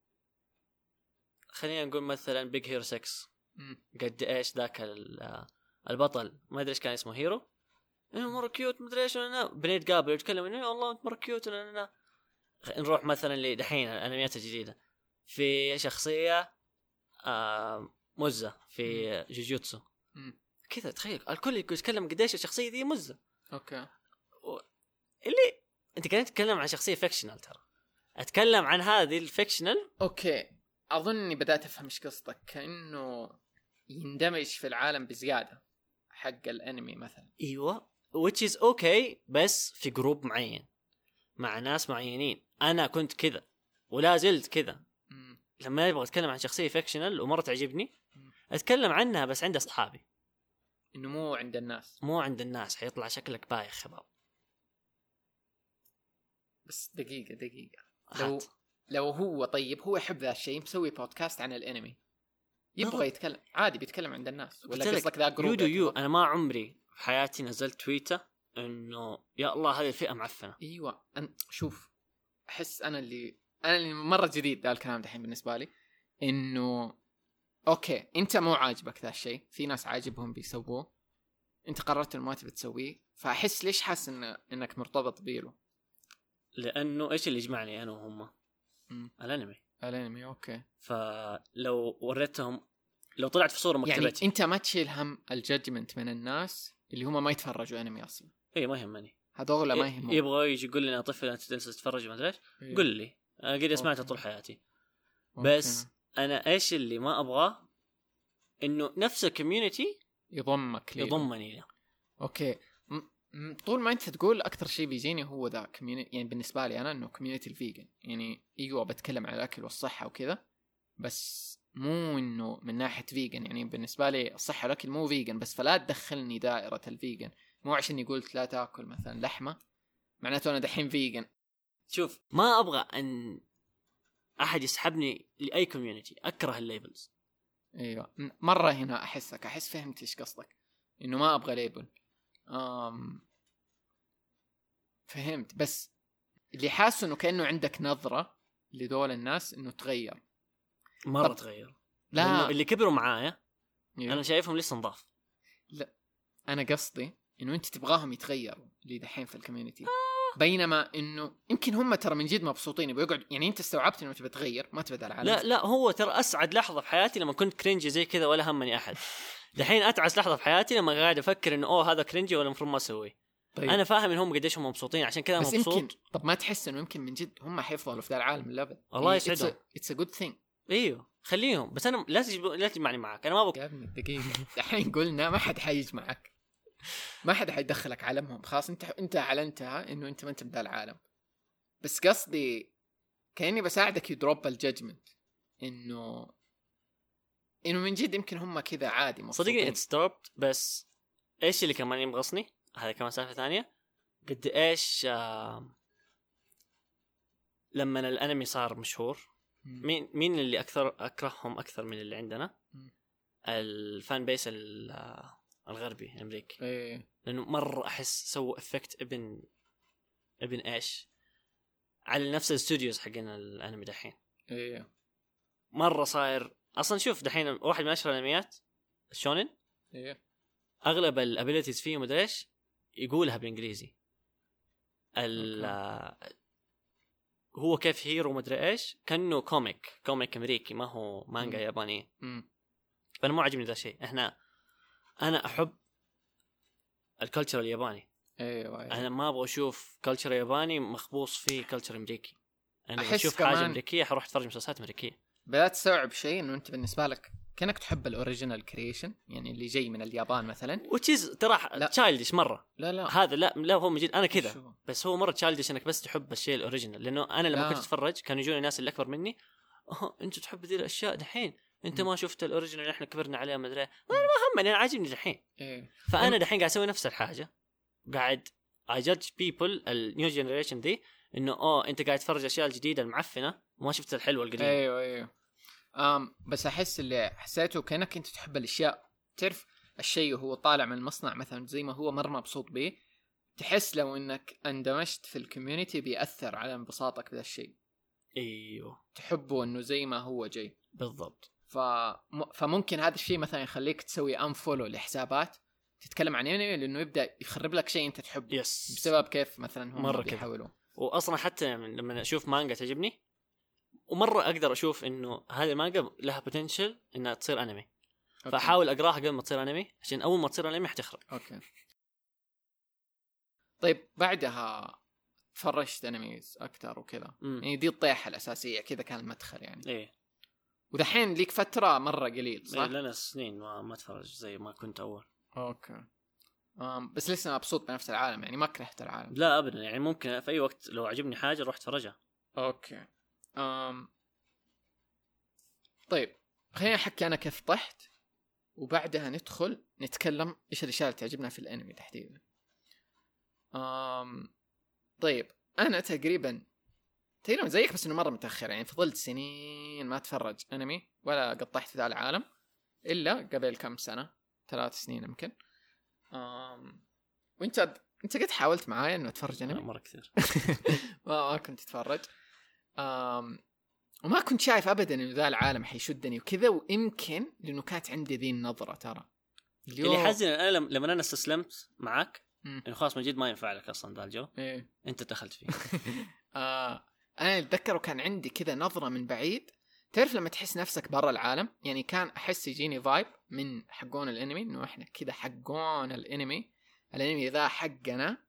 خلينا نقول مثلا بيج هيرو ستة قد ايش ذاك البطل ما ادري ايش كان اسمه هيرو، انه مره كيوت مدري ايش، انا بنتقابل ونتكلم انه والله انت مره كيوت. انا نروح مثلا لدحين الانميات الجديده في شخصيه آه مزه في جوجوتسو كذا، تخيل الكل يتكلم قديش الشخصيه دي مزه. اوكي. و... اللي انت كنت تتكلم عن شخصيه فيكشنال، ترى اتكلم عن هذه الفيكشنال. اوكي اظن اني بدات افهم ايش قصدك، كانه يندمج في العالم بزياده حق الانمي مثلا. ايوه which is okay بس في جروب معين مع ناس معينين. انا كنت كذا ولا زلت كذا. لما ابغى اتكلم عن شخصيه فيكشنال ومره تعجبني اتكلم عنها بس عند اصحابي، انه مو عند الناس. مو عند الناس حيطلع شكلك بايخ خباب. بس دقيقه دقيقه لو لو هو طيب هو يحب ذا الشيء مسوي بودكاست عن الانمي يبغى يتكلم عادي بيتكلم عند الناس، ولا قصدك ذا جروب؟ يو يو انا ما عمري في حياتي نزلت تويتر انه يا الله هذه الفئه معفنه. ايوه أن... شوف احس انا اللي انا اللي مره جديد ذا الكلام دحين بالنسبه لي، انه اوكي انت مو عاجبك ذا الشيء، في ناس عاجبهم بيسووه، انت قررت انه ما تبي تسويه، فاحس ليش حاسس إن... انك مرتبط بيله؟ لانه ايش اللي يجمعني انا وهم؟ م. الانمي. الانمي اوكي. فلو وريتهم لو طلعت في صوره مكتبتي، يعني انت ما تشيل هم الجادجمنت من الناس اللي هم ما يتفرجوا انمي اصلا؟ اي ما يهمني هذول ما يهمهم. يبغى يجي يقول لي انا طفل انت تنسى تتفرج ما ادري ايش، قل لي قد سمعته طول حياتي. بس أوكي. انا ايش اللي ما ابغاه انه نفس الكوميونتي يضمك ليه. يضمني له. اوكي م- م- طول ما انت تقول اكثر شيء بيجيني هو ذا كوميونتي، يعني بالنسبه لي انا انه كوميونتي الفيجن، يعني ايوه بتكلم عن الاكل والصحه وكذا، بس مو انه من ناحيه فيجن. يعني بالنسبه لي الصحه والاكل مو فيجن بس، فلا تدخلني دائره الفيجن. مو عشان قلت لا تاكل مثلا لحمه معناته انا دحين فيجن. شوف ما ابغى ان احد يسحبني لاي كوميونتي، اكره الليبلز. ايوه مره هنا احسك احس فهمت ايش قصدك، انه ما ابغى ليبل. أم فهمت، بس اللي حاسه انه كانه عندك نظره لدول الناس انه تغير مره. تغير لا اللي كبروا معايا يو. انا شايفهم لسه نضاف. لا انا قصدي انه انت تبغاهم يتغيروا اللي دحين في الكوميونتي آه. بينما انه يمكن هم ترى من جد مبسوطين بيقعد. يعني انت استوعبت انه تبي تغير ما تبي العالم. لا لا هو ترى اسعد لحظه في حياتي لما كنت كرنجي زي كذا ولا همني احد. دحين اتعس لحظه في حياتي لما قاعد افكر انه اوه هذا كرنجي ولا المفروض ما اسويه. طيب. انا فاهم انهم قديش هم مبسوطين عشان كذا مبسوط. يمكن... طب ما تحس انه يمكن من جد هم حيفضلوا في ذا العالم اللعبه؟ الله يسعدهم. اتس ا جود ثينج. ايوه خليهم، بس انا لا تجيب لا تجمعني معك. انا ما ابغى. يا ابني دقيقه الحين قلنا ما حد حيجي معك، ما حد حيدخلك عالمهم، خلاص انت انت اعلنتها انه انت ما انت بدا العالم. بس قصدي كاني بساعدك يدروب الجادجمنت، انه انه من جد يمكن هم كذا عادي صدقني اتس ستوبت. بس ايش اللي كمان يبغصني هذا كمان سالفه ثانيه قد ايش آه لما الانمي صار مشهور مين مين اللي اكثر اكرههم اكثر من اللي عندنا م. الفان بيس الغربي الامريكي ايه. لانه مره احس سووا افكت ابن ابن ايش على نفس الاستوديوز حقنا الانمي دحين. ايه مره صاير اصلا. شوف دحين واحد من اشهر الانميات الشونن ايه اغلب الابيليتيز فيه مدري ايش يقولها بالانجليزي. ال هو كيف هيرو مدري ايش كانه كوميك كوميك امريكي ما هو مانجا ياباني. فانا مو عاجبني ذا الشيء. احنا انا احب الكالتشر الياباني. ايوه, أيوة. انا ما ابغى اشوف كالتشر ياباني مخبوص فيه كالتشر امريكي. انا احس اشوف حاجه امريكيه حروح اتفرج مسلسلات امريكيه. بدأت تستوعب شيء انه انت بالنسبه لك كأنك تحب الاوريجينال كرييشن يعني اللي جاي من اليابان مثلا وتشيز ترى تشايلدش مره. لا لا هذا لا لا هو مجد انا كذا بس هو مره تشايلدش انك بس تحب الشيء الاوريجينال. لانه انا لما لا. كنت اتفرج كانوا يجون الناس اللي اكبر مني اه انت تحب ذي الاشياء دحين انت م. ما شفت الاوريجينال اللي احنا كبرنا عليه ما ادري انا ما همني انا عاجبني دحين. إيه. فانا دحين قاعد اسوي نفس الحاجه قاعد I judge people النيو جنريشن دي انه اه انت قاعد تتفرج اشياء الجديده المعفنه وما شفت الحلوه القديمه. ايوه ايوه أم بس احس اللي حسيته كأنك انت تحب الاشياء تعرف الشيء وهو طالع من المصنع مثلا زي ما هو مره مبسوط به تحس لو انك اندمجت في الكوميونتي بيأثر على انبساطك بهذا الشيء. ايوه تحبه انه زي ما هو جاي بالضبط. ف... فممكن هذا الشيء مثلا يخليك تسوي انفولو لحسابات تتكلم عن انمي لانه يبدا يخرب لك شيء انت تحبه يس. بسبب كيف مثلا هم مرة بيحاولوا. واصلا حتى لما اشوف مانجا تعجبني ومره اقدر اشوف انه هذه المانجا لها بوتنشل انها تصير انمي أوكي. فاحاول اقراها قبل ما تصير انمي عشان اول ما تصير انمي حتخرب. اوكي طيب بعدها تفرجت انميز اكثر وكذا يعني دي الطيحه الاساسيه كذا كان المدخل يعني. ايه ودحين ليك فتره مره قليل صح؟ إيه لنا سنين ما ما اتفرج زي ما كنت اول. اوكي أم بس لسه مبسوط بنفس العالم يعني ما كرهت العالم؟ لا ابدا يعني ممكن في اي وقت لو عجبني حاجه اروح اتفرجها. اوكي أم طيب خليني احكي انا كيف طحت وبعدها ندخل نتكلم ايش الاشياء اللي تعجبنا في الانمي تحديدا. أم طيب انا تقريبا تقريبا زيك بس انه مره متاخر يعني فضلت سنين ما اتفرج انمي ولا قطعت في ذا العالم الا قبل كم سنه ثلاث سنين يمكن. أم وانت انت قد حاولت معايا انه اتفرج انمي مره كثير ما ما كنت اتفرج أم وما كنت شايف ابدا انه ذا العالم حيشدني وكذا ويمكن لانه كانت عندي ذي النظره ترى اليوم... اللي حزن انا لما انا استسلمت معك انه خلاص مجيد ما ينفع لك اصلا ذا الجو. إيه؟ انت دخلت فيه آه انا اتذكر كان عندي كذا نظره من بعيد تعرف لما تحس نفسك برا العالم يعني كان احس يجيني فايب من حقون الانمي انه احنا كذا حقون الانمي الانمي ذا حقنا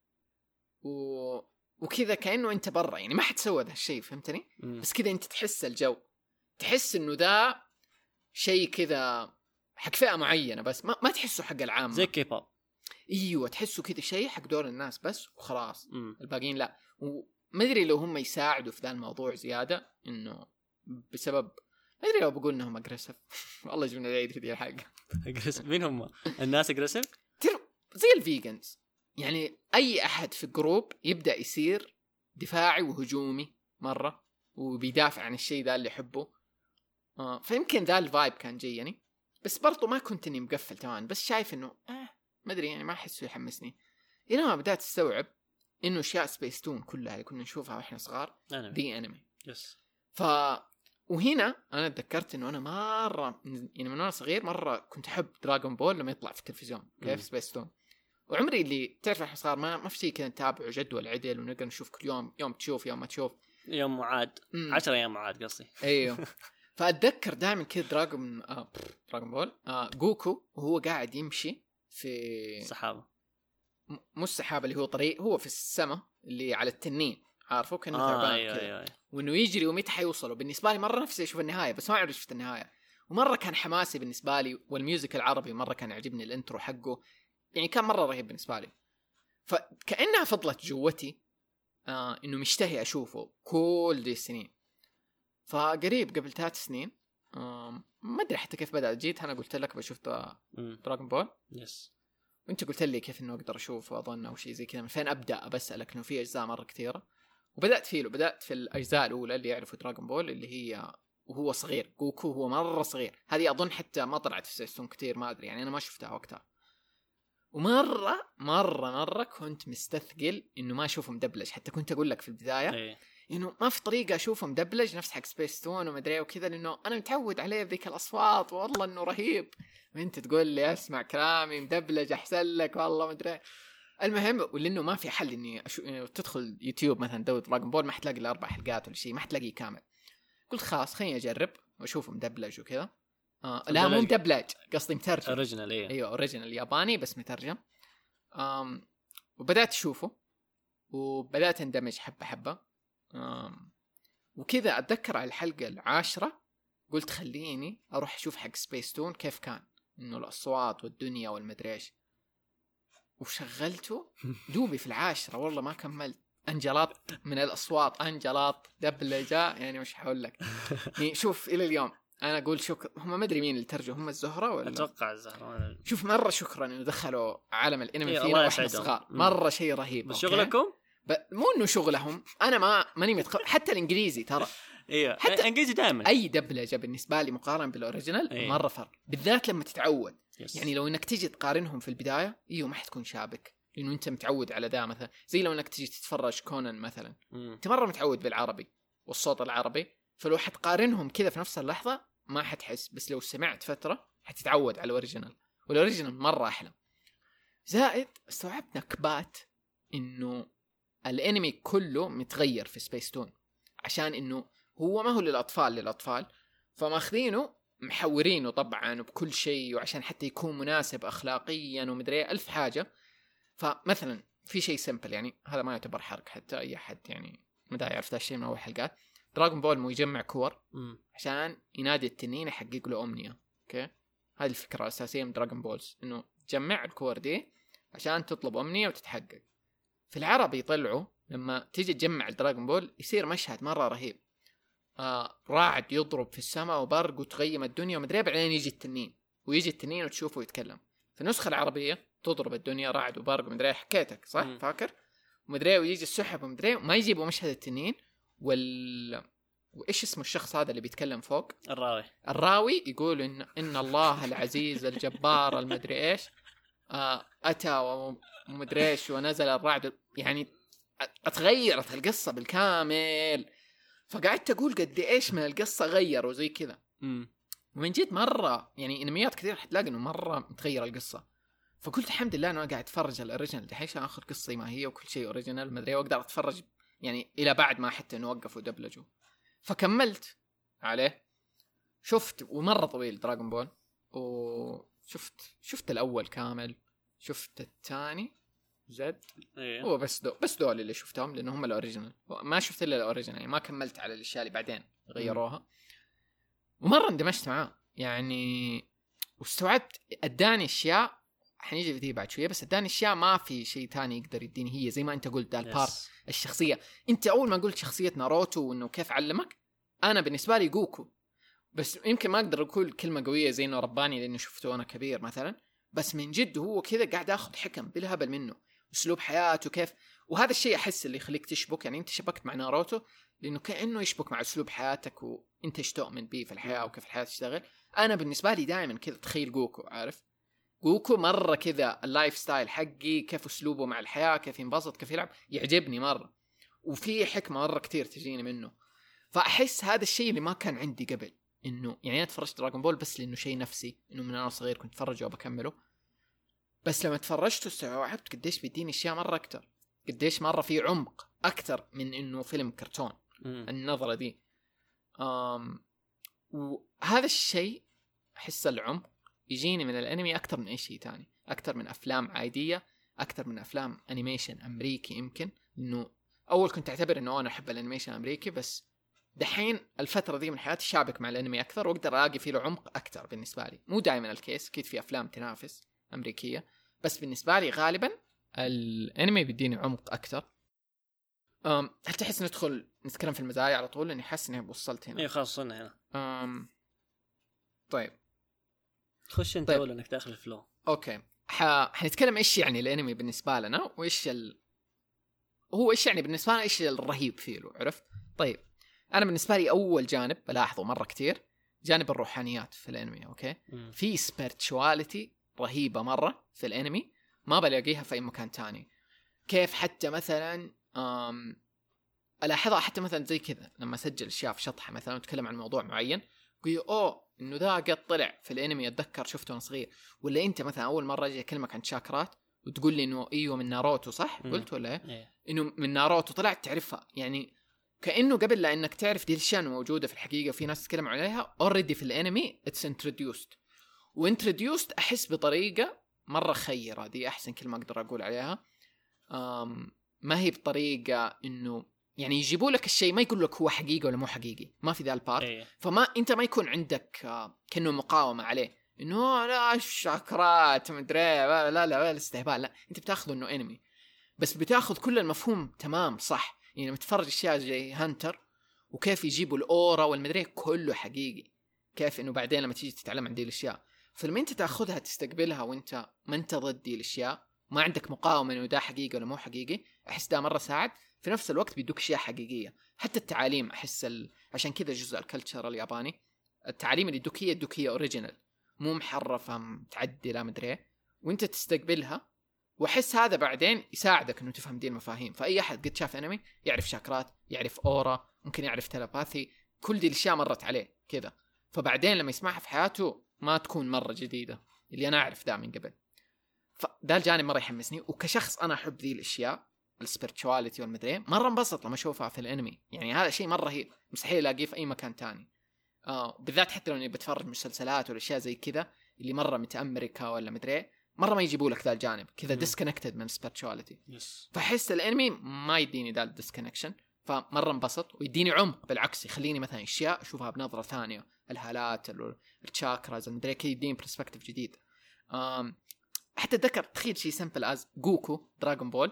و... وكذا كأنه انت برا يعني ما حد سوى ذا الشيء فهمتني. م. بس كذا انت تحس الجو تحس انه ذا شيء كذا حق فئة معينة بس ما, ما تحسه حق العامة زي كي بوب. ايوه تحسه كذا شيء حق دور الناس بس وخلاص. م. الباقيين لا. وما ادري لو هم يساعدوا في ذا الموضوع زيادة انه بسبب ما ادري لو بقول انهم اجريسيف والله يجبنا العيد في دي الحلقة. اجريسيف مين هم الناس اجريسيف؟ زي الفيجنز يعني اي احد في جروب يبدأ يصير دفاعي وهجومي مرة وبيدافع عن الشيء ذا اللي يحبه. آه فيمكن ذا الفايب كان جاي يعني بس برضو ما كنت اني مقفل تمام بس شايف انه اه ما ادري يعني ما احسه يحمسني. الى ما بدأت استوعب انه اشياء سبيس تون كلها اللي كنا نشوفها واحنا صغار دي انمي. يس. ف وهنا انا تذكرت انه انا مرة يعني من وانا صغير مرة كنت احب دراغون بول لما يطلع في التلفزيون كيف سبيس تون. وعمري اللي تعرف احنا صغار ما ما في شيء كذا نتابع جدول عدل ونقدر نشوف كل يوم يوم تشوف يوم ما تشوف يوم معاد عشرة ايام معاد قصدي. ايوه فاتذكر دائما كذا دراغون آه دراغون بول آه جوكو وهو قاعد يمشي في سحابه م... مو السحابه اللي هو طريق هو في السماء اللي على التنين عارفه كانه آه ثعبان أيوة كذا أيوة. وانه يجري ومتى حيوصلوا بالنسبه لي مره نفسي اشوف النهايه بس ما اعرف شفت النهايه. ومره كان حماسي بالنسبه لي والميوزك العربي مره كان يعجبني الانترو حقه يعني كان مره رهيب بالنسبه لي. فكأنها فضلت جوتي آه انه مشتهي اشوفه كل دي السنين. فقريب قبل ثلاث سنين أم ما ادري حتى كيف بدأت. جيت انا قلت لك بشوف دراغون بول يس وانت قلت لي كيف انه اقدر اشوفه اظن او شيء زي كذا، من فين ابدا بسالك انه في اجزاء مره كثيره. وبدات فيه له بدات في الاجزاء الاولى اللي يعرفوا دراغون بول اللي هي وهو صغير، جوكو هو مره صغير. هذه اظن حتى ما طلعت في سيستون كثير، ما ادري يعني انا ما شفتها وقتها. ومره مره مره كنت مستثقل انه ما اشوفه مدبلج. حتى كنت اقول لك في البدايه ايه انه ما في طريقه اشوفه مدبلج نفس حق سبيس تون وما ادري وكذا، لانه انا متعود عليه بذيك الاصوات والله انه رهيب، وانت تقول لي اسمع كلامي مدبلج احسن لك والله ما ادري. المهم ولانه ما في حل اني أشو... تدخل يوتيوب مثلا دور دراغون بول ما حتلاقي الا اربع حلقات ولا شيء، ما حتلاقيه كامل. قلت خلاص خليني اجرب واشوفه مدبلج وكذا. آه لا مو مدبلج، قصدي مترجم اوريجينال. ايه ايوه اوريجينال ياباني بس مترجم. آم وبدات اشوفه وبدات اندمج حبه حبه. آم وكذا اتذكر على الحلقه العاشره قلت خليني اروح اشوف حق سبيس تون كيف كان، انه الاصوات والدنيا والمدري ايش. وشغلته دوبي في العاشره والله ما كملت، انجلط من الاصوات، انجلط دبلجه يعني مش هقول لك. يعني شوف الى اليوم انا اقول شكر، هم ما ادري مين اللي ترجم، هم الزهره ولا اتوقع الزهره. شوف مره شكرا انه دخلوا عالم الانمي إيه فينا واحنا صغار، مره شيء رهيب. بس شغلكم ب... مو انه شغلهم، انا ما ماني متق... حتى الانجليزي ترى ايوه حتى انجليزي دائما اي دبلجه بالنسبه لي مقارنه بالاوريجينال أيه. مره فرق، بالذات لما تتعود. يس. يعني لو انك تيجي تقارنهم في البدايه ايوه ما حتكون شابك، لانه انت متعود على ذا. مثلا زي لو انك تيجي تتفرج كونان مثلا، مم. انت مره متعود بالعربي والصوت العربي، فلو حتقارنهم كذا في نفس اللحظه ما حتحس. بس لو سمعت فتره حتتعود على الاوريجينال، والاوريجينال مره احلى. زائد استوعبت نكبات انه الانمي كله متغير في سبيس تون، عشان انه هو ما هو للاطفال للاطفال فماخذينه محورينه طبعا وبكل شيء، وعشان حتى يكون مناسب اخلاقيا ومدري الف حاجه. فمثلا في شيء سمبل، يعني هذا ما يعتبر حرق حتى اي حد يعني ما يعرف ذا الشيء من اول حلقات. دراغون بول مو يجمع كور مم. عشان ينادي التنين يحقق له امنيه. اوكي هذه الفكره الاساسيه من دراغون بولز، انه تجمع الكور دي عشان تطلب امنيه وتتحقق. في العربي يطلعوا لما تيجي تجمع الدراغون بول يصير مشهد مره رهيب، آه راعد يضرب في السماء وبرق وتغيم الدنيا ومدري، بعدين يجي التنين ويجي التنين وتشوفه يتكلم. في النسخه العربيه تضرب الدنيا راعد وبرق ومدري، حكيتك صح م. فاكر ومدري، ويجي السحب ومدري، ما يجيبوا مشهد التنين وال وايش اسمه الشخص هذا اللي بيتكلم فوق، الراوي الراوي يقول ان ان الله العزيز الجبار المدري ايش آه اتى ومدري ايش ونزل الرعد. يعني اتغيرت القصه بالكامل، فقعدت اقول قد ايش من القصه غيروا زي كذا. ومن جد مره يعني انميات كثير حتلاقي انه مره متغير القصه. فقلت الحمد لله انا قاعد اتفرج الاوريجينال دحين عشان اخر قصه ما هي وكل شيء اوريجينال ما ادري، واقدر اتفرج يعني الى بعد ما حتى انه وقفوا دبلجوا. فكملت عليه، شفت ومره طويل دراغون بول، وشفت شفت الاول كامل، شفت الثاني زد إيه. هو بس دو بس دول اللي شفتهم لانه هم الاوريجينال، ما شفت الا الاوريجينال يعني ما كملت على الاشياء اللي بعدين غيروها. ومره اندمجت معاه يعني، واستوعبت اداني اشياء حنيجي في دي بعد شويه، بس اداني اشياء ما في شيء تاني يقدر يديني. هي زي ما انت قلت البارت yes. الشخصيه. انت اول ما قلت شخصيه ناروتو وانه كيف علمك، انا بالنسبه لي جوكو، بس يمكن ما اقدر اقول كلمه قويه زي انه رباني لانه شفته انا كبير مثلا، بس من جد هو كذا قاعد اخذ حكم بالهبل منه، اسلوب حياته كيف. وهذا الشيء احس اللي يخليك تشبك، يعني انت شبكت مع ناروتو لانه كانه يشبك مع اسلوب حياتك وانت ايش تؤمن به في الحياه وكيف الحياه تشتغل. انا بالنسبه لي دائما كذا تخيل جوكو، عارف جوكو مره كذا اللايف ستايل حقي، كيف اسلوبه مع الحياه، كيف ينبسط، كيف يلعب، يعجبني مره، وفي حكمه مره كتير تجيني منه. فاحس هذا الشيء اللي ما كان عندي قبل، انه يعني انا تفرجت دراغون بول بس لانه شيء نفسي، انه من انا صغير كنت اتفرجه وبكمله، بس لما تفرجته استوعبت قديش بيديني اشياء مره اكتر، قديش مره في عمق اكتر من انه فيلم كرتون. م. النظره دي أم وهذا الشيء احس العمق يجيني من الانمي اكتر من اي شيء تاني، اكتر من افلام عاديه، اكتر من افلام انيميشن امريكي. يمكن انه اول كنت اعتبر انه انا احب الانيميشن الامريكي، بس دحين الفترة دي من حياتي شابك مع الانمي اكثر، واقدر الاقي فيه له عمق اكثر. بالنسبة لي مو دائما الكيس، اكيد في افلام تنافس امريكية، بس بالنسبة لي غالبا الانمي بيديني عمق اكثر. أم هل تحس ندخل نتكلم في المزايا على طول؟ لاني حاسس اني وصلت هنا. اي خلاص وصلنا هنا. أم طيب خش انت طيب. اول انك داخل الفلو. اوكي ح... حنتكلم ايش يعني الانمي بالنسبه لنا وايش ال... هو ايش يعني بالنسبه لنا ايش الرهيب فيه له. عرفت؟ طيب انا بالنسبه لي اول جانب بلاحظه مره كتير جانب الروحانيات في الانمي. اوكي مم. في سبيرتشواليتي رهيبه مره في الانمي ما بلاقيها في اي مكان تاني. كيف حتى مثلا أم... الاحظها حتى مثلا زي كذا لما اسجل اشياء في شطحه مثلا واتكلم عن موضوع معين قولي اوه انه ذا قد طلع في الانمي اتذكر شفته وانا صغير. ولا انت مثلا اول مره اجي اكلمك عن شاكرات وتقول لي انه ايوه من ناروتو صح مم. قلت ولا إيه. ايه انه من ناروتو طلعت تعرفها يعني كانه قبل لا انك تعرف دي الاشياء موجوده في الحقيقه وفي ناس تتكلم عليها اوريدي في الانمي اتس انتروديوست وانتروديوست احس بطريقه مره خيره. دي احسن كلمه اقدر اقول عليها. أم ما هي بطريقه انه يعني يجيبوا لك الشيء ما يقول لك هو حقيقي ولا مو حقيقي ما في ذا البارت. إيه. فما انت ما يكون عندك آه كأنه مقاومه عليه انه لا شاكرات مدري لا لا لا الاستهبال. لا انت بتاخذه انه انمي بس بتاخذ كل المفهوم تمام صح. يعني بتفرج اشياء زي هانتر وكيف يجيبوا الاورا والمدري كله حقيقي. كيف انه بعدين لما تيجي تتعلم عن دي الاشياء فلما انت تاخذها تستقبلها وانت ما انت ضد دي الاشياء ما عندك مقاومه انه ده حقيقي ولا مو حقيقي. احس ده مره ساعد. في نفس الوقت بيدوك اشياء حقيقيه حتى التعاليم احس ال... عشان كذا جزء الكلتشر الياباني التعاليم اللي يدوك هي يدوك هي اوريجينال مو محرفه متعدله مدري وانت تستقبلها. واحس هذا بعدين يساعدك انه تفهم دي المفاهيم. فاي احد قد شاف انمي يعرف شاكرات يعرف اورا ممكن يعرف تلاباثي كل دي الاشياء مرت عليه كذا. فبعدين لما يسمعها في حياته ما تكون مره جديده اللي انا اعرف ده من قبل. فده الجانب مره يحمسني. وكشخص انا احب ذي الاشياء السبيرتشواليتي والمدري مره انبسط لما اشوفها في الانمي. يعني هذا شيء مره رهيب مستحيل الاقيه في اي مكان تاني. اه بالذات حتى لو اني بتفرج مسلسلات ولا اشياء زي كذا اللي مره متامريكا ولا مدري مره ما يجيبوا لك ذا الجانب كذا ديسكونكتد من سبيرتشواليتي. يس. فحس الانمي ما يديني ذا الديسكونكشن فمره انبسط ويديني عمق بالعكس يخليني مثلا اشياء اشوفها بنظره ثانيه. الهالات التشاكراز المدري كذا يديني برسبكتيف جديد. آم حتى اتذكر تخيل شيء سمبل از جوكو دراغون بول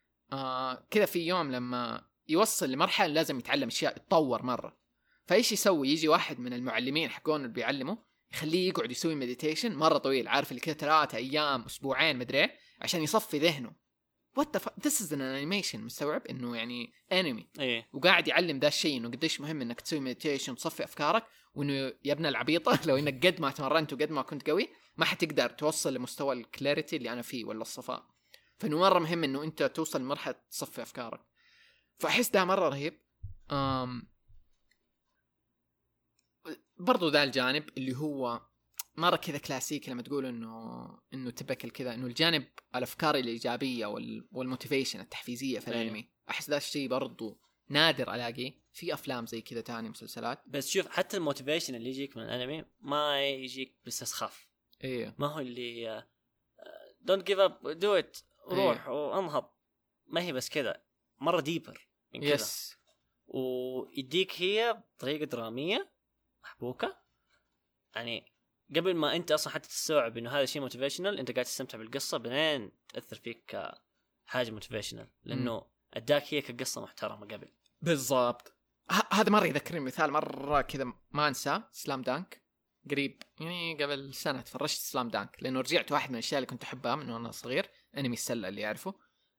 آه كذا في يوم لما يوصل لمرحله لازم يتعلم اشياء يتطور مره. فايش يسوي يجي واحد من المعلمين حقون اللي بيعلمه يخليه يقعد يسوي مديتيشن مره طويل عارف اللي كذا ثلاثة ايام اسبوعين مدري عشان يصفي ذهنه. وات ذا ذس از ان انيميشن مستوعب انه يعني انمي ايه وقاعد يعلم ذا الشيء انه قديش مهم انك تسوي مديتيشن تصفي افكارك وانه يا ابن العبيطه لو انك قد ما تمرنت وقد ما كنت قوي ما حتقدر توصل لمستوى الكلاريتي اللي انا فيه ولا الصفاء. فانه مره مهم انه انت توصل لمرحله تصفي افكارك. فاحس ده مره رهيب. أم برضو ذا الجانب اللي هو مرة كذا كلاسيكي لما تقول إنه إنه تبكل كذا إنه الجانب الأفكار الإيجابية وال والموتيفيشن التحفيزية في الأنمي. أحس ذا الشيء برضو نادر ألاقي في أفلام زي كذا تاني مسلسلات. بس شوف حتى الموتيفيشن اللي يجيك من الأنمي ما يجيك باستسخاف. إيه ما هو اللي don't give up do it روح إيه. وانهض. ما هي بس كذا مرة ديبر من كذا. يس. ويديك هي بطريقة درامية محبوكة. يعني قبل ما انت اصلا حتى تستوعب انه هذا شيء موتيفيشنال انت قاعد تستمتع بالقصة بعدين تأثر فيك كحاجة موتيفيشنال لانه م. اداك هي كقصة محترمة قبل. بالضبط. ه- هذا مرة يذكرني مثال مرة كذا ما انسى سلام دانك قريب يعني قبل سنة تفرجت سلام دانك لانه رجعت واحد من الاشياء اللي كنت احبها من وانا صغير انمي السلة اللي يعرفه.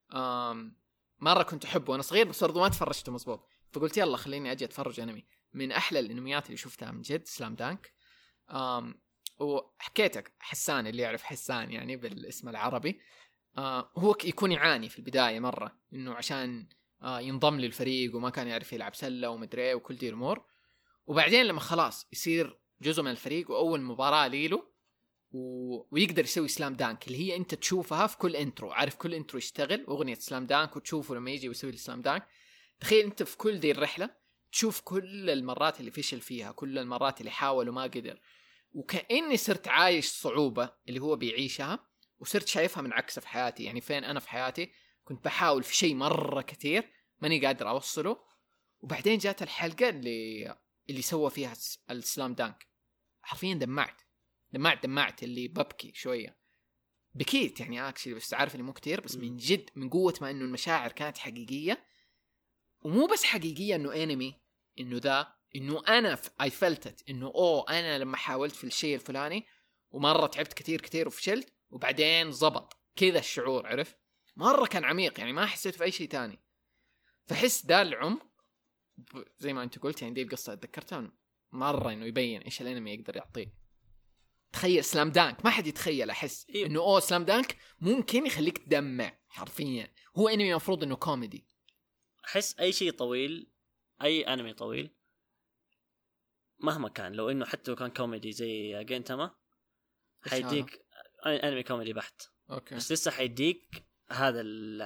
أم مرة كنت احبه وانا صغير بس برضو ما تفرجته مزبوط فقلت يلا خليني اجي اتفرج انمي. من احلى الانميات اللي شفتها من جد سلام دانك. أم وحكيتك حسان اللي يعرف حسان يعني بالاسم العربي آه هو يكون يعاني في البداية مرة إنه عشان آه ينضم للفريق وما كان يعرف يلعب سلة ومدري وكل دي الأمور. وبعدين لما خلاص يصير جزء من الفريق وأول مباراة ليله و... ويقدر يسوي سلام دانك اللي هي أنت تشوفها في كل انترو عارف كل انترو يشتغل أغنية سلام دانك وتشوفه لما يجي ويسوي السلام دانك. تخيل أنت في كل دي الرحلة تشوف كل المرات اللي فشل فيها كل المرات اللي حاول وما قدر وكأني صرت عايش صعوبة اللي هو بيعيشها وصرت شايفها من عكسه في حياتي. يعني فين أنا في حياتي كنت بحاول في شيء مرة كثير ماني قادر أوصله وبعدين جات الحلقة اللي اللي سوى فيها السلام دانك حرفيا دمعت دمعت دمعت اللي ببكي شوية بكيت يعني أكشلي بس عارف اللي مو كتير بس من جد من قوة ما إنه المشاعر كانت حقيقية ومو بس حقيقية إنه أنمي إنه ذا انه انا اي فلتت انه اوه انا لما حاولت في الشيء الفلاني ومره تعبت كثير كثير وفشلت وبعدين زبط كذا الشعور، عرف؟ مره كان عميق يعني، ما حسيت في اي شيء تاني. فحس ده العمق زي ما انت قلت، يعني دي القصه اتذكرتها مره انه يبين ايش الانمي يقدر يعطيه. تخيل سلام دانك، ما حد يتخيل احس إيه. انه اوه سلام دانك ممكن يخليك تدمع حرفيا. هو انمي مفروض انه كوميدي. احس اي شيء طويل، اي انمي طويل مهما كان، لو انه حتى لو كان كوميدي زي جينتاما حيديك انمي كوميدي بحت، اوكي، بس لسه حيديك هذا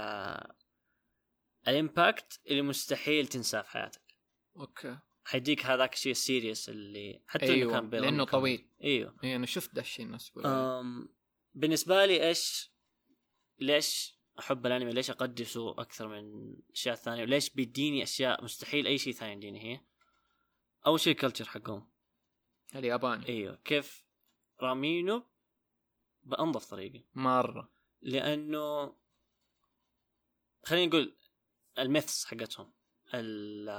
الامباكت اللي مستحيل تنساه في حياتك. اوكي، حيديك هذاك الشيء السيريس اللي حتى أيوة. انه كان لانه طويل. ايوه ايه انا شفت ده الشيء الناس يقولون. أم... بالنسبه لي ايش ليش احب الانمي، ليش اقدسه اكثر من اشياء ثانيه، وليش بيديني اشياء مستحيل اي شيء ثاني يديني هي اول شيء الكلتشر حقهم الياباني. ايوه كيف رامينه بانظف طريقه مره، لانه خلينا نقول الميثس حقتهم ال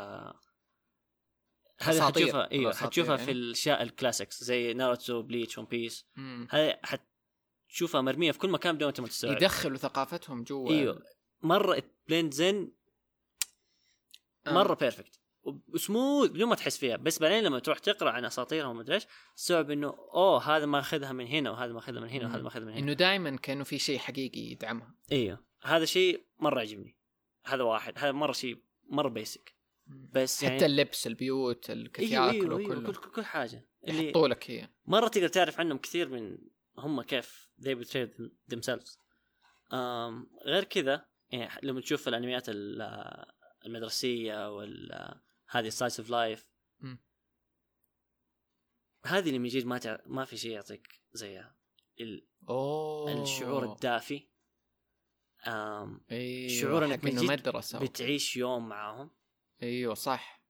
هذه حتشوفها ايوه حتشوفها يعني. في الاشياء الكلاسيكس زي ناروتو بليتش ون بيس، هذه حتشوفها مرميه في كل مكان بدون ما تستوعب. يدخلوا ثقافتهم جوا. ايوه مره بليند زين مره بيرفكت وسموث بدون ما تحس فيها، بس بعدين لما تروح تقرا عن اساطيرهم وما ادري ايش تستوعب انه اوه هذا ما اخذها من هنا وهذا ما اخذها من هنا وهذا ما اخذها من هنا، انه دائما كانه في شيء حقيقي يدعمها. ايوه هذا شيء مره عجبني. هذا واحد، هذا مره شيء مره بيسك، بس يعني حتى اللبس، البيوت، الكيف ياكلوا، أيوه كله كل كل حاجه اللي يحطوا لك هي مره تقدر تعرف عنهم كثير من هم كيف they betrayed themselves. um, غير كذا يعني لما تشوف الانميات المدرسيه وال هذه سلايس اوف لايف هذه اللي من جد ما تع... ما في شيء يعطيك زيها ال... أوه. الشعور الدافي، أم... أيوه. شعور انك من جد مدرسة بتعيش يوم معاهم. ايوه صح.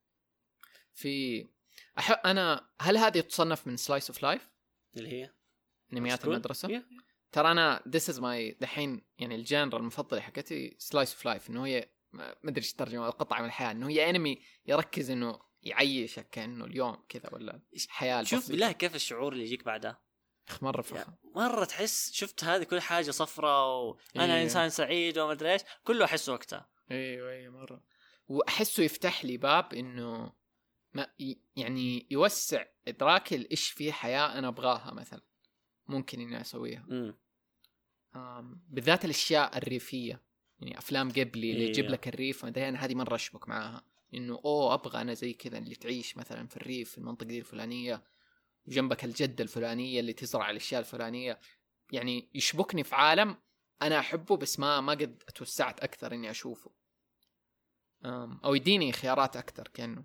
في أح... انا هل هذه تصنف من سلايس اوف لايف اللي هي انميات المدرسه؟ yeah. ترى انا this is my دحين يعني الجانرا المفضله حقتي سلايس اوف لايف، انه هي ما ادري ايش ترجمه، القطعه من الحياه، انه هي انمي يركز انه يعيشك كانه اليوم كذا ولا الحياه. شوف بالله كيف الشعور اللي يجيك بعدها مره فخم، مره تحس شفت هذه كل حاجه صفراء وانا إيه. انسان سعيد وما ادري ايش كله احسه وقتها. ايوه ايوه مره، واحسه يفتح لي باب انه ما يعني يوسع ادراكي ايش في حياه انا ابغاها مثلا ممكن اني اسويها. امم بالذات الاشياء الريفيه، يعني افلام قبلي اللي يجيب لك الريف مثلا، هذه مره اشبك معاها انه اوه ابغى انا زي كذا اللي تعيش مثلا في الريف في المنطقه دي الفلانيه وجنبك الجده الفلانيه اللي تزرع الاشياء الفلانيه، يعني يشبكني في عالم انا احبه بس ما ما قد اتوسعت اكثر اني اشوفه، او يديني خيارات اكثر. كانه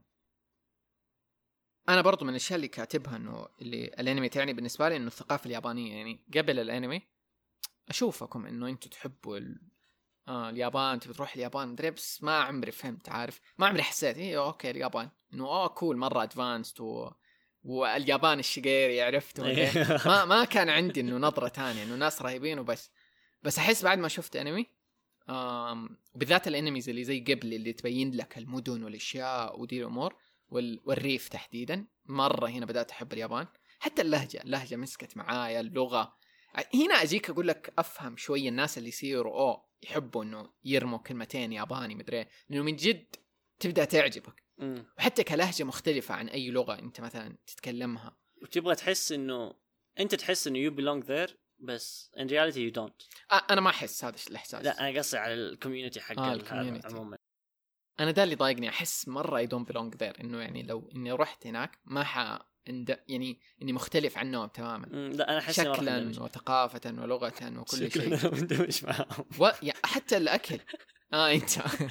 انا برضو من الاشياء اللي كاتبها انه اللي الانمي تعني بالنسبه لي انه الثقافه اليابانيه، يعني قبل الانمي اشوفكم انه انتم تحبوا ال... آه اليابان، تبي تروح اليابان مدري، بس ما عمري فهمت، عارف، ما عمري حسيت ايه اوكي اليابان انه اوه كول مره ادفانسد و... واليابان الشقيري عرفت ما ما كان عندي انه نظره تانية انه ناس رهيبين وبس. بس احس بعد ما شفت انمي آم... بالذات الانميز اللي زي قبل اللي تبين لك المدن والاشياء ودي الامور وال... والريف تحديدا، مره هنا بدات احب اليابان. حتى اللهجه اللهجه مسكت معايا، اللغه هنا اجيك اقول لك افهم شويه الناس اللي يصيروا اوه يحبوا انه يرموا كلمتين ياباني مدري، لانه من جد تبدا تعجبك. مم. وحتى كلهجه مختلفه عن اي لغه انت مثلا تتكلمها، وتبغى تحس انه انت تحس انه you belong there بس in reality you don't. آه انا ما احس هذا الاحساس. لا انا قصدي على الكوميونتي حق آه العالم عموما. انا ده اللي ضايقني، احس مره I don't belong there، انه يعني لو اني رحت هناك ما ح يعني اني مختلف عنهم تماما. لا انا احس شكلا وثقافه ولغه وكل شيء مندمج معاهم و... يعني حتى الاكل اه انت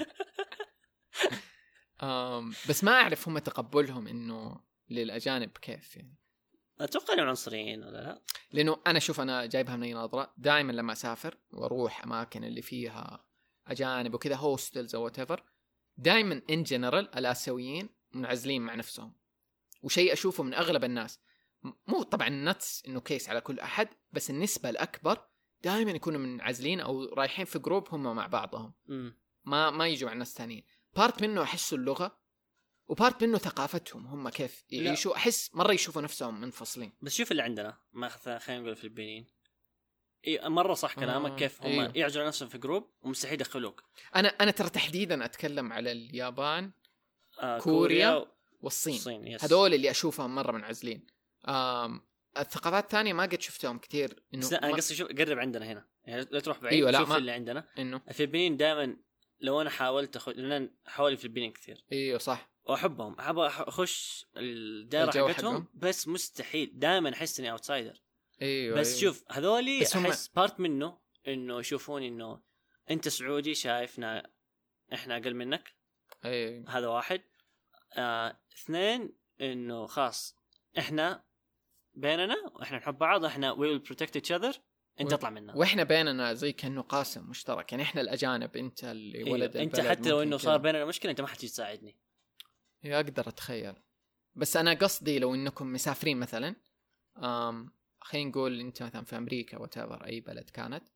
آم بس ما اعرف هم تقبلهم انه للاجانب كيف، يعني اتوقع انهم عنصريين ولا لا، لانه انا شوف انا جايبها من اي نظره. دائما لما اسافر واروح اماكن اللي فيها اجانب وكذا هوستلز او whatever، دائما ان جنرال الاسيويين منعزلين مع نفسهم، وشيء اشوفه من اغلب الناس، مو طبعا نتس انه كيس على كل احد بس النسبه الاكبر دائما يكونوا منعزلين او رايحين في جروب هم مع بعضهم، م. ما ما يجوا مع ناس ثانيين. بارت منه احسه اللغه، وبارت منه ثقافتهم هم كيف يعيشوا. احس مره يشوفوا نفسهم منفصلين. بس شوف اللي عندنا ما خلينا نقول الفلبينيين إيه مرة صح كلامك. آه. كيف هم إيه. يعزلوا نفسهم في جروب ومستحيل يدخلوك. أنا أنا ترى تحديدا أتكلم على اليابان آه كوريا, كوريا والصين. الصين. هذول اللي أشوفهم مرة منعزلين. الثقافات الثانية ما قد شفتهم كتير. إنه أنا ما... قصدي شوف قرب عندنا هنا يعني لا تروح بعيد. أيوة لا شوف ما... اللي عندنا إنه الفلبينيين دائما لو أنا حاولت أخذ لأن حوالي الفلبينيين كثير. أيوة صح وأحبهم أحب أخش الدائرة حقتهم بس مستحيل دائما أحس إني أوتسايدر. أيوة بس أيوة. شوف هذولي بس هم... أحس بارت منه إنه يشوفوني إنه أنت سعودي شايفنا إحنا أقل منك. أيوة. هذا واحد. آه، اثنين إنه خاص إحنا بيننا وإحنا نحب بعض إحنا we will protect each other. أنت و... تطلع منا وإحنا بيننا زي كأنه قاسم مشترك يعني إحنا الأجانب أنت اللي ولد إيه. أنت حتى لو إنه صار بيننا مشكلة أنت ما حتجي تساعدني. يا أقدر أتخيل. بس أنا قصدي لو إنكم مسافرين مثلا أم خلينا نقول أنت مثلا في أمريكا وتابر أي بلد كانت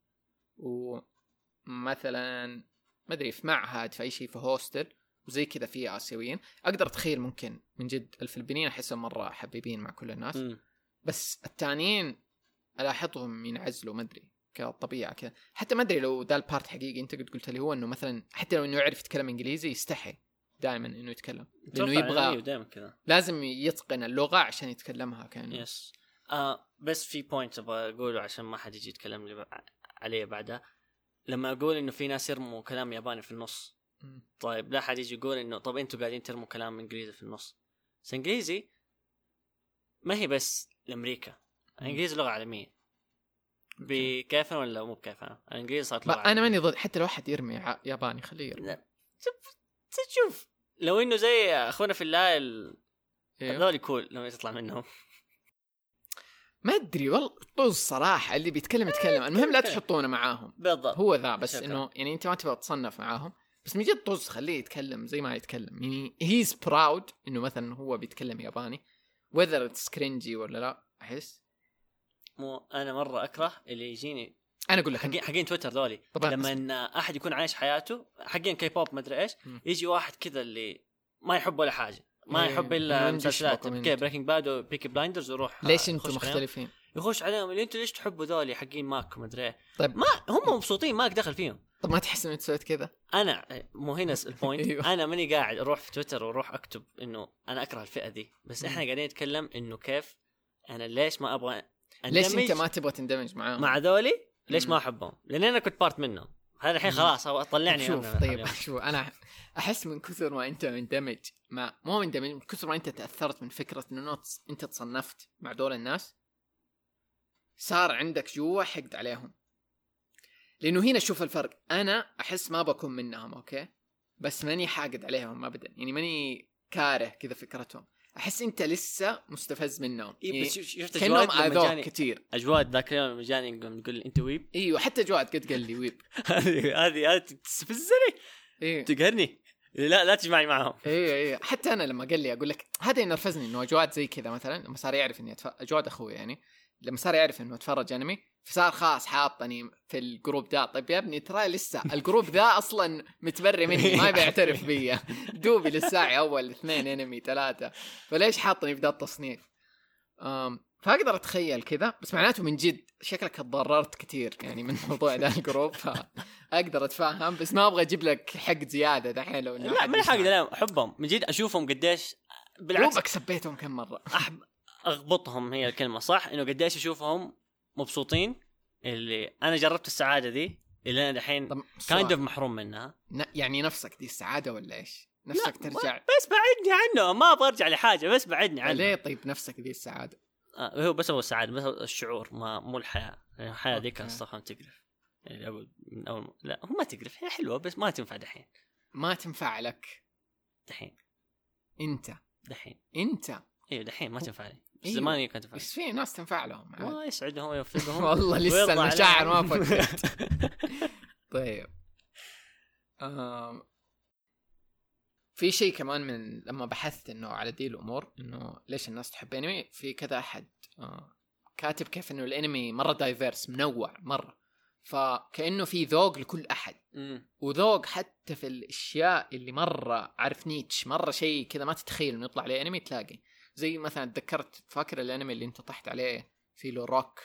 ومثلا ما أدري في معهد في أي شيء في هوستل وزي كذا فيه آسيويين أقدر أتخيل ممكن من جد الفلبينيين أحسهم مرة حبيبين مع كل الناس. م. بس التانيين ألاحظهم ينعزلوا ما أدري كطبيعة كذا. حتى ما أدري لو ذا البارت حقيقي أنت قد قلت لي هو إنه مثلا حتى لو إنه يعرف يتكلم إنجليزي يستحي دائما إنه يتكلم لأنه يبغى لازم يتقن اللغة عشان يتكلمها كأنه يس. آه بس في بوينت أبغى أقوله عشان ما حد يجي يتكلم لي عليه بعدها. لما أقول إنه في ناس يرموا كلام ياباني في النص م. طيب لا حد يجي يقول إنه طب أنتوا قاعدين ترموا كلام إنجليزي في النص. بس إنجليزي ما هي بس لأمريكا. إنجليزي لغة عالمية بكيفن ولا مو بكيفن. الإنجليزي صارت لغة عالمية. أنا ماني ضد حتى لو حد يرمي ياباني خليه يرمي. شوف شوف لو إنه زي أخونا في الله ال... هذول كول لما تطلع منهم ما أدري والله طز صراحة اللي بيتكلم يتكلم. المهم لا تحطونا معاهم بالضبط هو ذا بس إنه يعني أنت ما تبغى تصنف معاهم بس من جد طز خليه يتكلم زي ما يتكلم يعني he's proud إنه مثلا هو بيتكلم ياباني whether it's cringy ولا لا. أحس مو أنا مرة أكره اللي يجيني أنا أقول لك حقين حقين تويتر ذولي لما إن أحد يكون عايش حياته حقين كي بوب ما أدري إيش م. يجي واحد كذا اللي ما يحب ولا حاجة ما إيه. يحب إلا مسلسلات كي بريكنج باد وبيكي بلايندرز وروح ليش أنتم مختلفين يخش عليهم اللي أنتوا ليش تحبوا ذولي حقين ماك ما أدري طيب ما هم مبسوطين ماك دخل فيهم. طب ما تحس إنه تسويت كذا؟ أنا مو هنا البوينت. أنا ماني قاعد أروح في تويتر وأروح أكتب إنه أنا أكره الفئة دي بس إحنا قاعدين نتكلم إنه كيف أنا ليش ما أبغى ليش أنت ما تبغى تندمج معاهم مع ذولي ليش ما أحبهم لأن أنا كنت بارت منهم. هذا الحين خلاص طلعني. شوف طيب شو أنا أحس من كثر ما أنت مندمج مع مو مندمج من كثر ما أنت تأثرت من فكرة إنه أنت تصنفت مع دول الناس صار عندك جوا حقد عليهم. لأنه هنا شوف الفرق. أنا أحس ما بكون منهم أوكي بس ماني حاقد عليهم أبدا يعني ماني كاره كذا فكرتهم. أحس أنت لسه مستفز منهم. إيه بس شفت كأنهم آذوك كتير. أجواد ذاك اليوم لما جاني تقول لي أنت ويب. إيوه حتى جواد قد قال لي ويب. هذه هذه هذه تستفزني. إيه تقهرني لا لا تجمعني معهم. إيه إيه حتى أنا لما قال لي أقول لك هذا ينرفزني إنه جواد زي كذا مثلا لما صار يعرف إني أتف... جواد أخوي يعني لما صار يعرف إنه أتفرج أنمي فصار خلاص حاطني في الجروب ده. طيب يا ابني ترى لسه الجروب ذا أصلا متبري مني ما بيعترف بيا دوبي للساعة أول اثنين أنمي ثلاثة فليش حاطني في ذا التصنيف. أم فأقدر أتخيل كذا بس معناته من جد شكلك تضررت كتير يعني من موضوع ذا الجروب فأقدر أتفهم بس ما أبغى أجيب لك حق زيادة دحين لو لا من حق لا أحبهم من جد أشوفهم قديش بالعكس روبك سبيتهم كم مرة أحب أغبطهم هي الكلمة صح إنه قديش أشوفهم مبسوطين اللي أنا جربت السعادة دي اللي أنا دحين كايند اوف محروم منها. يعني نفسك دي السعادة ولا إيش نفسك ترجع بس بعدني عنه ما برجع لحاجة بس بعدني عنه. ليه طيب نفسك دي السعادة آه هو بس هو السعادة بس الشعور ما مو الحياة. يعني الحياة دي كانت صراحة تقرف يعني أول من أول لا هو ما تقرف هي حلوة بس ما تنفع دحين ما تنفع لك دحين أنت دحين أنت ايوه دحين ما تنفع لي إيه؟ زمان كانت تنفع بس في ناس تنفع لهم الله يسعدهم ويوفقهم والله لسه المشاعر ما فكرت. طيب آم. في شيء كمان من لما بحثت انه على دي الامور انه ليش الناس تحب انمي في كذا احد آه. كاتب كيف انه الانمي مره دايفيرس منوع مره فكأنه في ذوق لكل أحد مم. وذوق حتى في الأشياء اللي مرة عارف نيتش مرة شيء كذا ما تتخيل إنه يطلع عليه أنمي تلاقي زي مثلا تذكرت فاكر الأنمي اللي أنت طحت عليه في له روك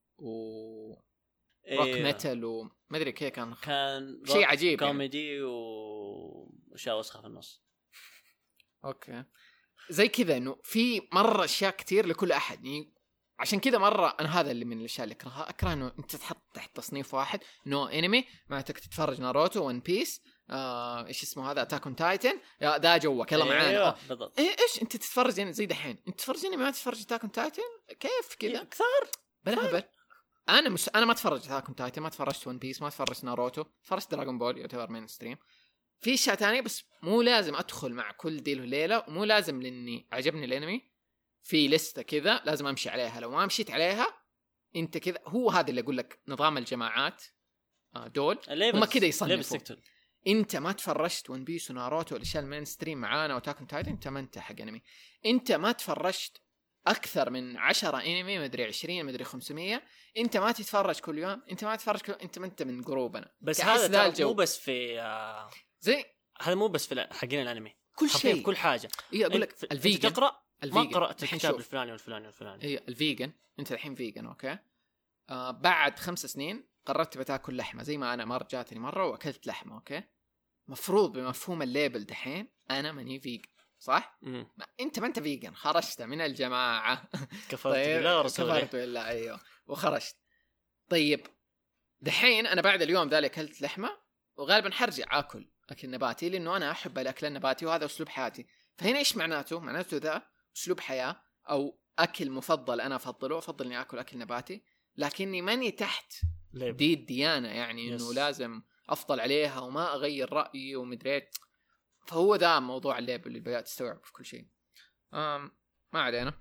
و روك إيه. ميتال وما أدري كيف كان كان شيء عجيب كوميدي يعني. وأشياء وسخة في النص. أوكي زي كذا إنه في مرة أشياء كتير لكل أحد يعني عشان كذا مرة أنا هذا اللي من الأشياء اللي أكرهها أكره إنه أنت تحط تحت تصنيف واحد نو أنمي معناتك تتفرج ناروتو ون بيس آه، إيش اسمه هذا أتاك أون تايتن يا ذا جوك يلا معانا أيوة بالضبط. إيه إيش أنت تتفرج يعني زي دحين أنت تتفرج يعني ما تتفرج أتاك أون تايتن كيف كذا كثار بلا هبل. أنا مش أنا ما تفرجت أتاك أون تايتن ما تفرجت ون بيس ما تفرجت ناروتو تفرجت دراغون بول يعتبر مين ستريم في أشياء تانية بس مو لازم أدخل مع كل ديل وليلة ومو لازم لأني عجبني الأنمي في لستة كذا لازم أمشي عليها لو ما مشيت عليها أنت كذا هو هذا اللي أقول لك نظام الجماعات دول هم كذا يصنفوا أنت ما تفرجت ون بيس وناروتو الأشياء المين ستريم معانا وتاكن تايتن أنت ما أنت حق أنمي أنت ما تفرجت أكثر من عشرة أنمي مدري عشرين مدري خمسمية أنت ما تتفرج كل يوم أنت ما تتفرج كل... أنت ما أنت من جروبنا بس هذا مو بس في آه... زي هذا مو بس في حقين الأنمي كل شيء كل حاجة إيه أقول لك الفيجن تقرأ الفيجن. ما قرأت الكتاب الفلاني والفلاني والفلاني إيه الفيجن أنت الحين فيجن أوكي آه بعد خمس سنين قررت بتاكل لحمة زي ما أنا مرة جاتني مرة وأكلت لحمة أوكي مفروض بمفهوم الليبل دحين أنا ماني فيجن صح؟ ما أنت ما أنت فيجن خرجت من الجماعة كفرت طيب بالله ورسوله كفرت بالله أيوه وخرجت طيب دحين أنا بعد اليوم ذا أكلت لحمة وغالبا حرجع أكل أكل نباتي لأنه أنا أحب الأكل النباتي وهذا أسلوب حياتي فهنا إيش معناته؟ معناته ذا أسلوب حياة أو أكل مفضل أنا أفضله أفضل إني أكل أكل نباتي لكني ماني تحت دي الديانة يعني إنه لازم أفضل عليها وما أغير رأيي ومدريت فهو ذا موضوع الليبل اللي بدأت تستوعب في كل شيء أم ما علينا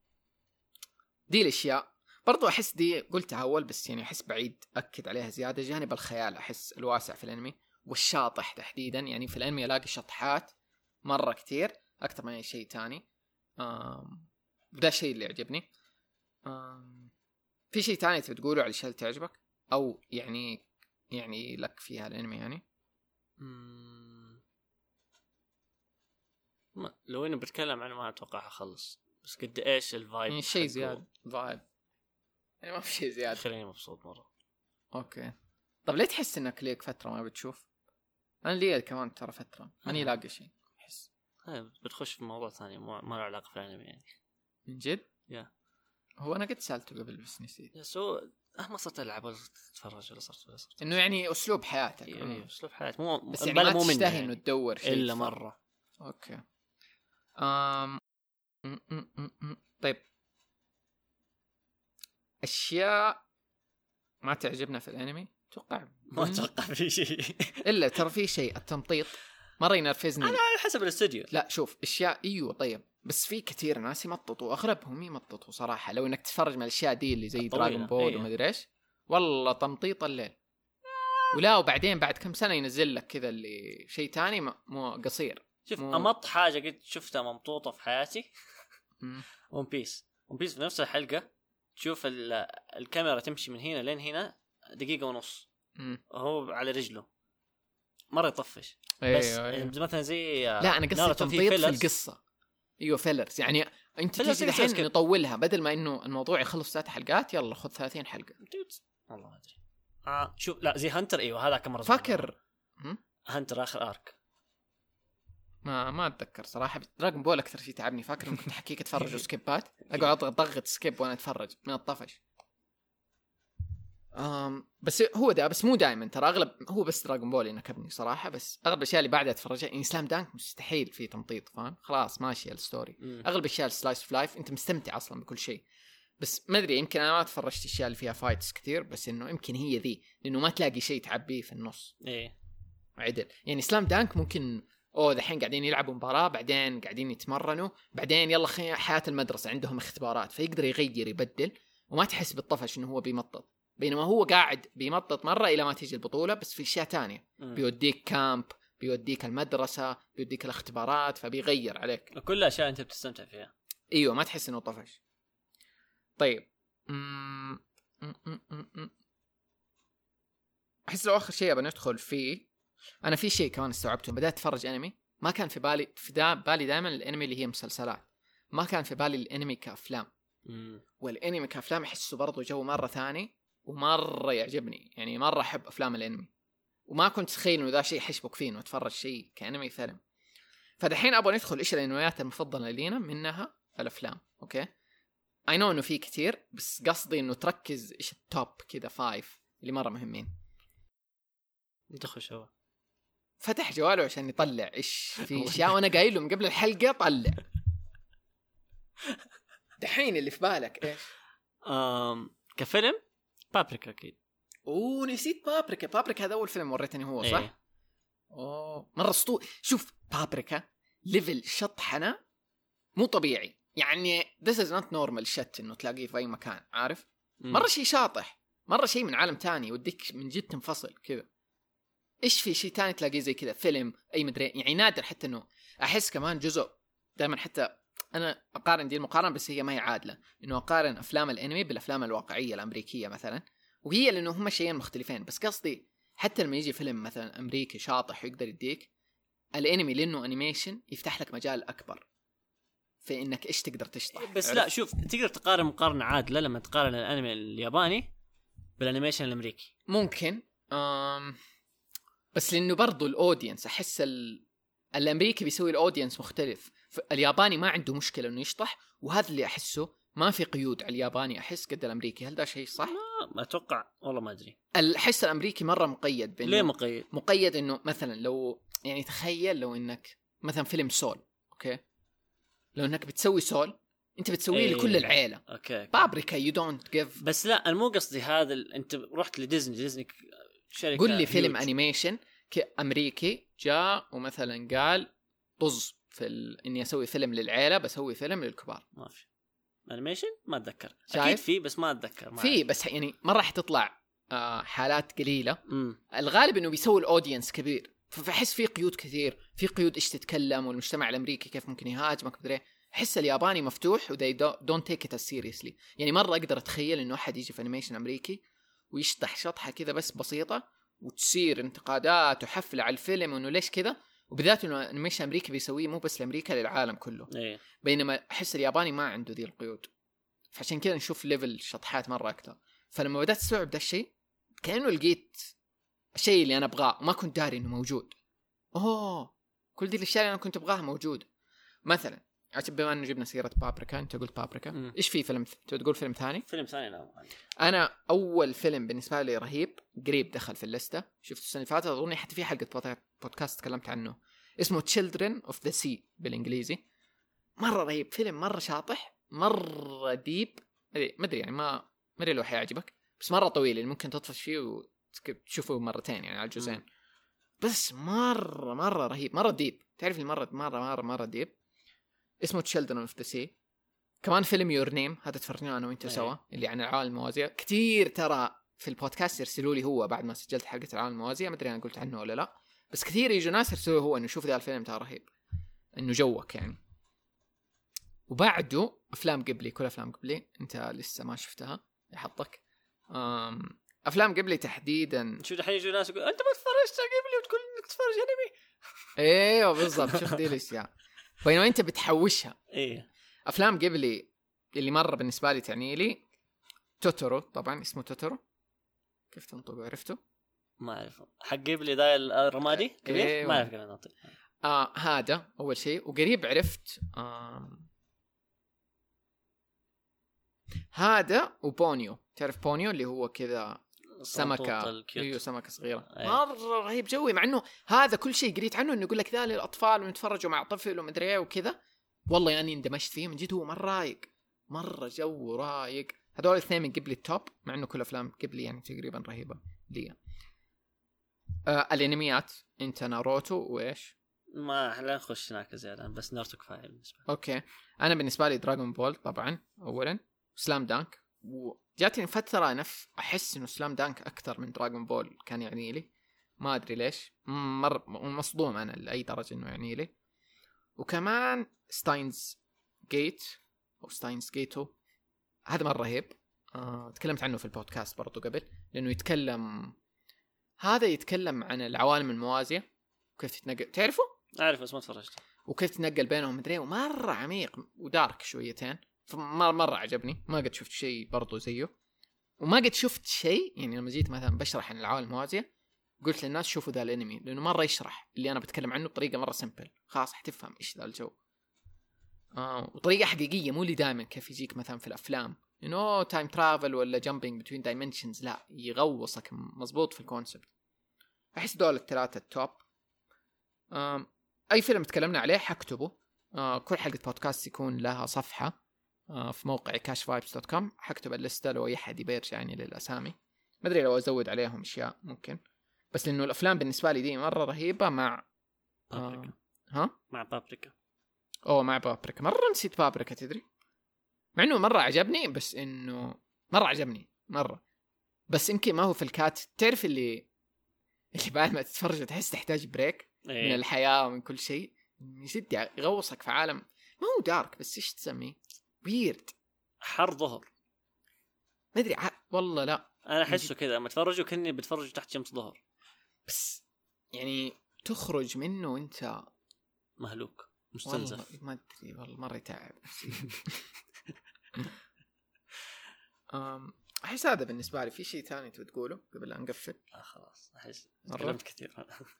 دي الأشياء برضو أحس دي قلتها أول بس يعني أحس بعيد أكد عليها زيادة جانب الخيال أحس الواسع في الأنمي والشاطح تحديدا يعني في الأنمي ألاقي شطحات مرة كتير أكثر من أي شيء تاني أم ده الشيء اللي يعجبني أم في شيء تاني تبي تقوله على الشيء اللي تعجبك أو يعني يعني لك فيها الأنمي يعني ما لو إنه بتكلم عنه ما أتوقع أخلص بس قد إيش الفايب يعني شيء زيادة فايب يعني ما في شيء زيادة خليني مبسوط مرة أوكي طب ليه تحس إنك ليك فترة ما بتشوف أنا ليه كمان ترى فترة ماني لاقي شيء أحس بتخش في موضوع ثاني ما ما له علاقة في الأنمي يعني من جد يا هو أنا قد سألته قبل بس نسيت يا سو ما صرت ألعب ولا تتفرج ولا صرت ولا صرت إنه يعني أسلوب حياتك إيه يعني أسلوب حياة مو بس يعني ما مو تشتهي يعني. إنه تدور شيء إلا مرة أوكي أم... م- م- م- م. طيب أشياء ما تعجبنا في الأنمي توقع ما أتوقع في شيء إلا ترى في شيء التمطيط مرة ينرفزني أنا على حسب الاستوديو لا شوف أشياء أيوة طيب بس في كثير ناس يمططوا أغلبهم يمططوا صراحة لو إنك تتفرج من الأشياء دي اللي زي دراغون بول أيه. وما أدري إيش والله تمطيط الليل ولا وبعدين بعد كم سنة ينزل لك كذا اللي شيء تاني مو قصير شوف مو... أمط حاجة قد شفتها ممطوطة في حياتي ون بيس ون بيس في نفس الحلقة تشوف الكاميرا تمشي من هنا لين هنا دقيقة ونص وهو على رجله مرة يطفش أيه بس أيه. مثلا زي لا أنا قصدي تمطيط في القصة ايوه فيلرز يعني انت تيجي الحين نطولها بدل ما انه الموضوع يخلص ثلاث حلقات يلا خذ ثلاثين حلقه والله ما ادري آه شوف لا زي هانتر ايوه هذا كم مره فاكر هانتر اخر ارك ما ما اتذكر صراحه دراغون بول اكثر شيء تعبني فاكر كنت احكيك اتفرج سكيبات اقعد اضغط سكيب وانا اتفرج من الطفش أم بس هو ده بس مو دائما ترى اغلب هو بس دراغون بول ينكبني صراحه بس اغلب الاشياء اللي بعدها اتفرجها يعني سلام دانك مستحيل في تمطيط فاهم خلاص ماشي الستوري اغلب الاشياء السلايس اوف لايف انت مستمتع اصلا بكل شيء بس ما ادري يمكن انا ما تفرجت الاشياء اللي فيها فايتس كثير بس انه يمكن هي ذي لانه ما تلاقي شيء تعبيه في النص ايه عدل يعني سلام دانك ممكن اوه دحين قاعدين يلعبوا مباراه بعدين قاعدين يتمرنوا بعدين يلا خي... حياه المدرسه عندهم اختبارات فيقدر يغير يبدل وما تحس بالطفش انه هو بيمطط بينما هو قاعد بيمطط مرة إلى ما تيجي البطولة بس في أشياء تانية م. بيوديك كامب بيوديك المدرسة بيوديك الاختبارات فبيغير عليك كل أشياء أنت بتستمتع فيها أيوة ما تحس إنه طفش طيب م- م- م- م- م. احس لو اخر شيء بندخل فيه، انا في شيء كمان استوعبته، بدأت اتفرج انمي ما كان في بالي في دا بالي دائما الانمي اللي هي مسلسلات، ما كان في بالي الانمي كافلام. مم. والانمي كافلام احسه برضو جو مره ثاني ومره يعجبني، يعني مره احب افلام الانمي، وما كنت تخيل انه ذا شيء حشبك فيه انه اتفرج شيء كانمي فيلم. فدحين ابغى ندخل ايش الانميات المفضله لينا، منها الافلام. اوكي اي نو انه في كتير، بس قصدي انه تركز ايش التوب كذا فايف اللي مره مهمين. ندخل شو فتح جواله عشان يطلع ايش في اشياء وانا قايل له من قبل الحلقه طلع. دحين اللي في بالك ايش؟ امم كفيلم بابريكا اكيد. اوه نسيت بابريكا. بابريكا هذا اول فيلم وريتني هو صح؟ إيه. اوه مره اسطوري. شوف بابريكا ليفل شطحنه مو طبيعي، يعني this is not normal shit انه تلاقيه في اي مكان، عارف؟ مره شيء شاطح، مره شيء من عالم تاني وديك من جد تنفصل كذا. ايش في شيء تاني تلاقيه زي كذا فيلم اي مدري، يعني نادر حتى انه احس كمان جزء دائما، حتى انا اقارن دي المقارنه بس هي ما هي عادله، انه اقارن افلام الانمي بالافلام الواقعيه الامريكيه مثلا، وهي لانه هم شيئين مختلفين. بس قصدي حتى لما يجي فيلم مثلا امريكي شاطح ويقدر يديك، الانمي لانه انيميشن يفتح لك مجال اكبر في انك ايش تقدر تشطح. بس لا شوف، تقدر تقارن مقارنه عادله لما تقارن الانمي الياباني بالانيميشن الامريكي ممكن أم... بس لانه برضو الاودينس احس ال... الامريكي بيسوي الاودينس مختلف، الياباني ما عنده مشكله انه يشطح، وهذا اللي احسه ما في قيود على الياباني احس قد الامريكي. هل ده شيء صح؟ ما اتوقع والله، ما ادري. الحس الامريكي مره مقيد بانه ليه مقيد؟ مقيد انه مثلا لو يعني تخيل لو انك مثلا فيلم سول، اوكي لو انك بتسوي سول انت بتسويه إيه. لكل العيله. اوكي بابريكا يو دونت جيف. بس لا انا مو قصدي هذا ال... انت رحت لديزني، ديزني شركه، قل لي فيلم هيوج. انيميشن كامريكي جاء ومثلا قال طز في ال... اني اسوي فيلم للعيله بسوي فيلم للكبار. ما في انيميشن ما اتذكر، شايف؟ اكيد في بس ما اتذكر. في بس يعني ما راح تطلع آه حالات قليله. مم. الغالب انه بيسوي الاودينس كبير، فحس في قيود كثير، في قيود ايش تتكلم والمجتمع الامريكي كيف ممكن يهاجمك بدري. حس الياباني مفتوح وذي دونت تيك ات سيريسلي. يعني مره اقدر اتخيل انه احد يجي في انيميشن امريكي ويشطح شطحه كذا بس بسيطه وتصير انتقادات وحفله على الفيلم وانه ليش كذا، وبذات انه انيميشن امريكي بيسويه مو بس لامريكا للعالم كله. ايه. بينما احس الياباني ما عنده ذي القيود، فعشان كذا نشوف ليفل شطحات مره اكثر. فلما بدات استوعب ده الشيء كانه لقيت الشيء اللي انا ابغاه وما كنت داري انه موجود. اوه كل دي الاشياء اللي انا كنت ابغاها موجود. مثلا عشان بما انه جبنا سيره بابريكا، انت قلت بابريكا مم. ايش في فيلم تبغى تقول فيلم ثاني؟ فيلم ثاني لا انا اول فيلم بالنسبه لي رهيب قريب دخل في الليسته، شفت السنه اللي فاتت اظن حتى في حلقه بودكاست تكلمت عنه، اسمه Children of the Sea بالانجليزي. مره رهيب، فيلم مره شاطح، مره ديب، ما ادري يعني ما ما ادري لو حيعجبك، بس مره طويل يعني ممكن تطفش فيه وتشوفه مرتين يعني على الجزئين. بس مره مره رهيب، مره ديب، تعرف المره مره مره مره ديب. اسمه Children of the Sea. كمان فيلم يور نيم هذا تفرجنا انا وانت أيه. سوا اللي عن العالم الموازية. كتير ترى في البودكاست يرسلوا لي هو بعد ما سجلت حلقة العالم الموازية، ما ادري انا قلت عنه ولا لا، بس كثير يجوا ناس يرسلوا هو انه شوف ذا الفيلم ترى رهيب، انه جوك يعني. وبعده افلام قبلي، كل افلام قبلي انت لسه ما شفتها يحطك. أم افلام قبلي تحديدا شو دحين يجوا ناس يقول انت ما تفرجت قبلي وتقول انك تتفرج انمي. ايوه بالضبط، شوف دي الاشياء بينما انت بتحوشها. ايه افلام قبلي اللي مره بالنسبه لي تعني لي توتورو، طبعا اسمه توتورو، كيف تنطق عرفته؟ ما اعرف حق قبلي ذا الرمادي كبير. إيه ما اعرف كيف نطق. آه هذا اول شيء. وقريب عرفت آه هذا وبونيو، تعرف بونيو اللي هو كذا سمكة، ايوه سمكة صغيرة. أيه. مرة رهيب جوي، مع انه هذا كل شيء قريت عنه انه يقول لك ذا للاطفال ونتفرجوا مع طفل ومدري ايه وكذا. والله يعني اندمجت فيه من جد، هو مرة رايق، مرة جو رايق. هذول الاثنين من قبل التوب، مع انه كل افلام قبلي يعني تقريبا رهيبة لي. آه الانميات انت ناروتو وايش؟ ما لا نخش هناك زيادة، بس ناروتو كفاية بالنسبة. اوكي انا بالنسبة لي دراغون بول طبعا اولا، سلام دانك. وجاتني فترة نف أحس إنه سلام دانك أكثر من دراغون بول كان يعني لي، ما أدري ليش، مر مصدوم أنا لأي درجة إنه يعني لي. وكمان ستاينز جيت أو ستاينز جيتو، هذا مرة رهيب. آه، تكلمت عنه في البودكاست برضو قبل، لأنه يتكلم هذا يتكلم عن العوالم الموازية وكيف تتنقل، تعرفه؟ اعرف بس ما تفرجت. وكيف تتنقل بينهم مدري، ومرة عميق ودارك شويتين، فمرة مرة عجبني. ما قد شفت شيء برضو زيه، وما قد شفت شيء يعني لما جيت مثلا بشرح عن العوالم الموازية قلت للناس شوفوا ذا الانمي، لانه مرة يشرح اللي انا بتكلم عنه بطريقة مرة سمبل، خلاص حتفهم ايش ذا الجو. آه وطريقة حقيقية، مو اللي دائما كيف يجيك مثلا في الافلام انه تايم ترافل ولا جامبينج بتوين دايمنشنز، لا يغوصك مزبوط في الكونسبت. احس دول الثلاثة التوب. آه اي فيلم تكلمنا عليه حكتبه. آه كل حلقة بودكاست يكون لها صفحة آه في موقع كاش فايبس دوت كوم، حكتب الليستة لو اي حد يبي يرجع يعني للاسامي. ما ادري لو ازود عليهم اشياء ممكن، بس لانه الافلام بالنسبة لي دي مرة رهيبة مع بابريكا. آه ها مع بابريكا. اوه مع بابريكا، مرة نسيت بابريكا تدري، مع انه مرة عجبني، بس انه مرة عجبني مرة، بس يمكن ما هو في الكات. تعرف اللي اللي بعد ما تتفرج تحس تحتاج بريك إيه. من الحياة ومن كل شيء، يسد يغوصك في عالم ما هو دارك بس ايش تسميه، ويرد، حر ظهر. ما ادري ع... والله لا انا احسه كذا لما اتفرجوا كني بتفرج تحت شمس ظهر، بس يعني تخرج منه وانت مهلوك مستنزف. والله ما ادري والله مرة تعب. أم احس هذا بالنسبة لي. في شيء ثاني تبي تقوله قبل لا نقفل؟ آه خلاص احس تكلمت كثير.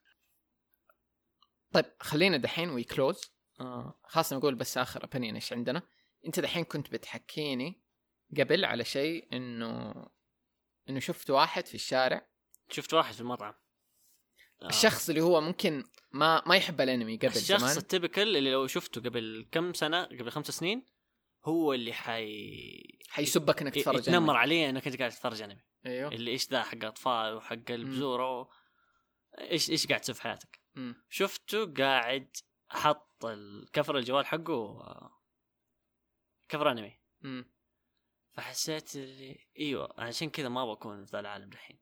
طيب خلينا دحين وي كلوز. آه خاصة نقول بس آخر opinion إيش عندنا. أنت دحين كنت بتحكيني قبل على شيء إنه إنه شفت واحد في الشارع، شفت واحد في المطعم. آه. الشخص اللي هو ممكن ما ما يحب الأنمي قبل الشخص زمان. الشخص التيبيكال اللي لو شفته قبل كم سنة، قبل خمس سنين، هو اللي حي حيسبك إنك تتفرج أنمي. يتنمر عليه إنك أنت قاعد تتفرج أنمي. أيوه. اللي إيش ذا حق أطفال وحق البزورة، إيش إيش قاعد تسوي في حياتك. م. شفته قاعد حط الكفر الجوال حقه كفر أنمي. م. فحسيت اللي ايوه عشان كذا ما بكون في ذا العالم الحين.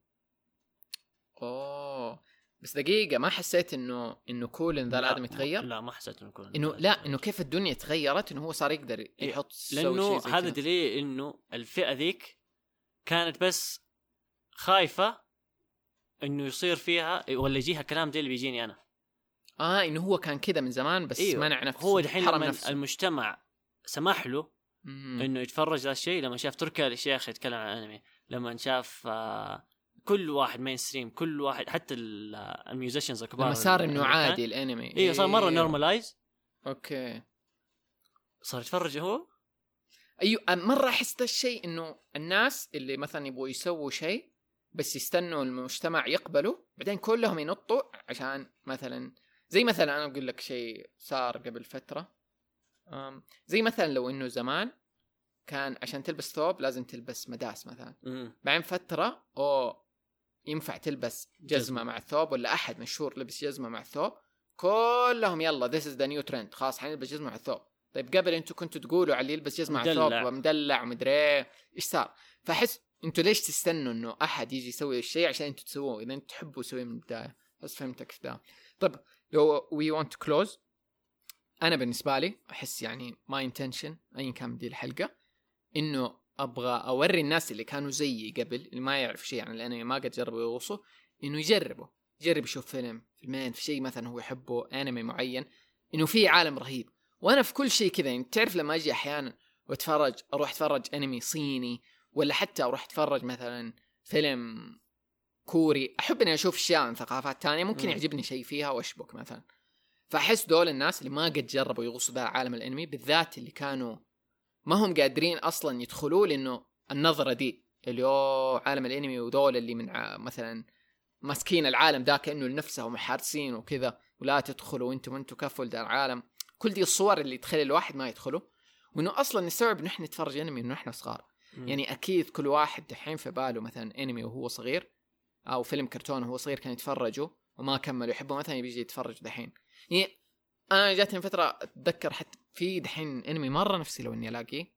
اوه بس دقيقة، ما حسيت انه انه كول ان ذا الادم يتغير؟ لا ما حسيت انه كول انه لا انه كيف الدنيا تغيرت انه هو صار يقدر يحط لانه هذا دليل انه الفئة ذيك كانت بس خايفة انه يصير فيها ولا يجيها كلام زي اللي بيجيني انا. اه انه هو كان كذا من زمان بس أيوة. منع نفسه، هو دحين حرم لما نفسه. المجتمع سمح له مم. انه يتفرج ذا الشيء، لما شاف تركي الشيخ يتكلم عن الانمي، لما شاف آه كل واحد مين ستريم، كل واحد حتى الميوزيشنز الكبار، لما صار انه عادي الانمي. ايوه صار مره نورمالايز. اوكي صار يتفرج هو. ايوه مره احس ذا الشيء انه الناس اللي مثلا يبغوا يسووا شيء بس يستنوا المجتمع يقبلوا، بعدين كلهم ينطوا عشان مثلا زي مثلا انا اقول لك شيء صار قبل فتره، زي مثلا لو انه زمان كان عشان تلبس ثوب لازم تلبس مداس مثلا، بعدين فتره او ينفع تلبس جزمه, جزمة مع الثوب، ولا احد مشهور لبس جزمه مع الثوب، كلهم يلا this is the new trend خلاص حنلبس جزمه مع الثوب. طيب قبل انتوا كنتوا تقولوا على اللي يلبس جزمه مع الثوب ومدلع ومدري ايش صار. فاحس انتوا ليش تستنوا انه احد يجي يسوي الشيء عشان انتوا تسووه اذا انتوا تحبوا تسويه من البدايه؟ بس فهمتك في ده. طيب لو we want to close، انا بالنسبه لي احس يعني my intention ايا كان دي الحلقه انه ابغى اوري الناس اللي كانوا زيي قبل اللي ما يعرف شيء عن الانمي ما قد جربوا يغوصوا، انه يجربوا يجرب يشوف فيلم فيلمين في شيء مثلا هو يحبه انمي معين، انه في عالم رهيب. وانا في كل شيء كذا يعني تعرف لما اجي احيانا واتفرج اروح اتفرج انمي صيني، ولا حتى اروح اتفرج مثلا فيلم كوري، احب اني اشوف اشياء من ثقافات تانية ممكن م. يعجبني شيء فيها واشبك مثلا. فاحس دول الناس اللي ما قد جربوا يغوصوا ذا عالم الانمي بالذات، اللي كانوا ما هم قادرين اصلا يدخلوا لانه النظره دي اللي هو عالم الانمي، ودول اللي من مثلا ماسكين العالم ذا كانه لنفسهم محارسين وكذا، ولا تدخلوا وانتم انتم كفل ذا العالم، كل دي الصور اللي تخلي الواحد ما يدخله. وانه اصلا نستوعب انه احنا نتفرج انمي انه احنا صغار. م. يعني اكيد كل واحد دحين في باله مثلا انمي وهو صغير او فيلم كرتون وهو صغير كان يتفرجه وما كمل يحبه مثلا يجي يتفرج دحين. يعني انا جاتني فتره اتذكر حتى في دحين انمي مره نفسي لو اني الاقيه،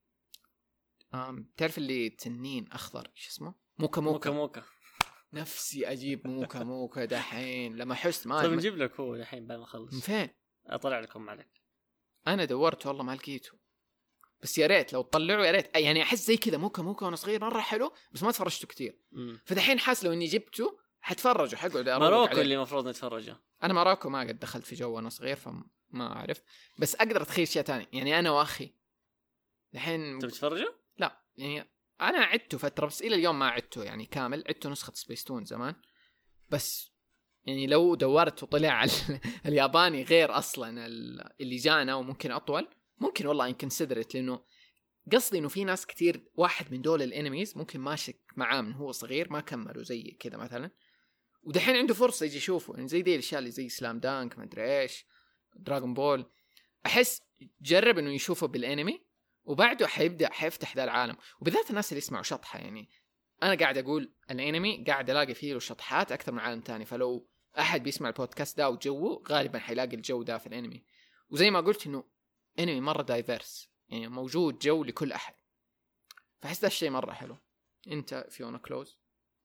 امم تعرف اللي تنين اخضر ايش اسمه، موكا موكا موكا موكا نفسي اجيب موكا موكا دحين لما حس ما طيب نجيب لك هو دحين بعد ما اخلص. من فين اطلع لكم عليك؟ انا دورت والله ما لقيته، بس يا ريت لو تطلعوا يا ريت. يعني احس زي كذا موكا موكا وانا صغير مره حلو بس ما تفرجته كتير، فدحين حاس لو اني جبته حتفرج وحقعد اروق ماروكو عليه. اللي المفروض نتفرجه. انا ماروكو ما قد دخلت في جو وانا صغير فما اعرف، بس اقدر اتخيل شيء ثاني. يعني انا واخي الحين تبي تتفرجه؟ لا يعني انا عدته فتره بس الى اليوم ما عدته يعني كامل. عدته نسخه سبيستون زمان بس، يعني لو دورت وطلع على الياباني غير اصلا اللي جانا وممكن اطول ممكن والله ان كونسيدرت، لانه قصدي انه في ناس كتير واحد من دول الانميز ممكن ماشي معاه من هو صغير ما كملوا زي كذا مثلا، ودحين عنده فرصه يجي يشوفه. يعني زي دي الاشياء اللي زي سلام دانك ما ادري ايش دراغون بول، احس جرب انه يشوفه بالانمي وبعده حيبدا حيفتح ذا العالم. وبالذات الناس اللي يسمعوا شطحه، يعني انا قاعد اقول الانمي قاعد الاقي فيه له شطحات اكثر من عالم تاني، فلو احد بيسمع البودكاست ده وجوه غالبا حيلاقي الجو ده في الانمي. وزي ما قلت انه انمي مره دايفيرس، يعني موجود جو لكل احد، فحس ده الشيء مره حلو. انت فيونا كلوز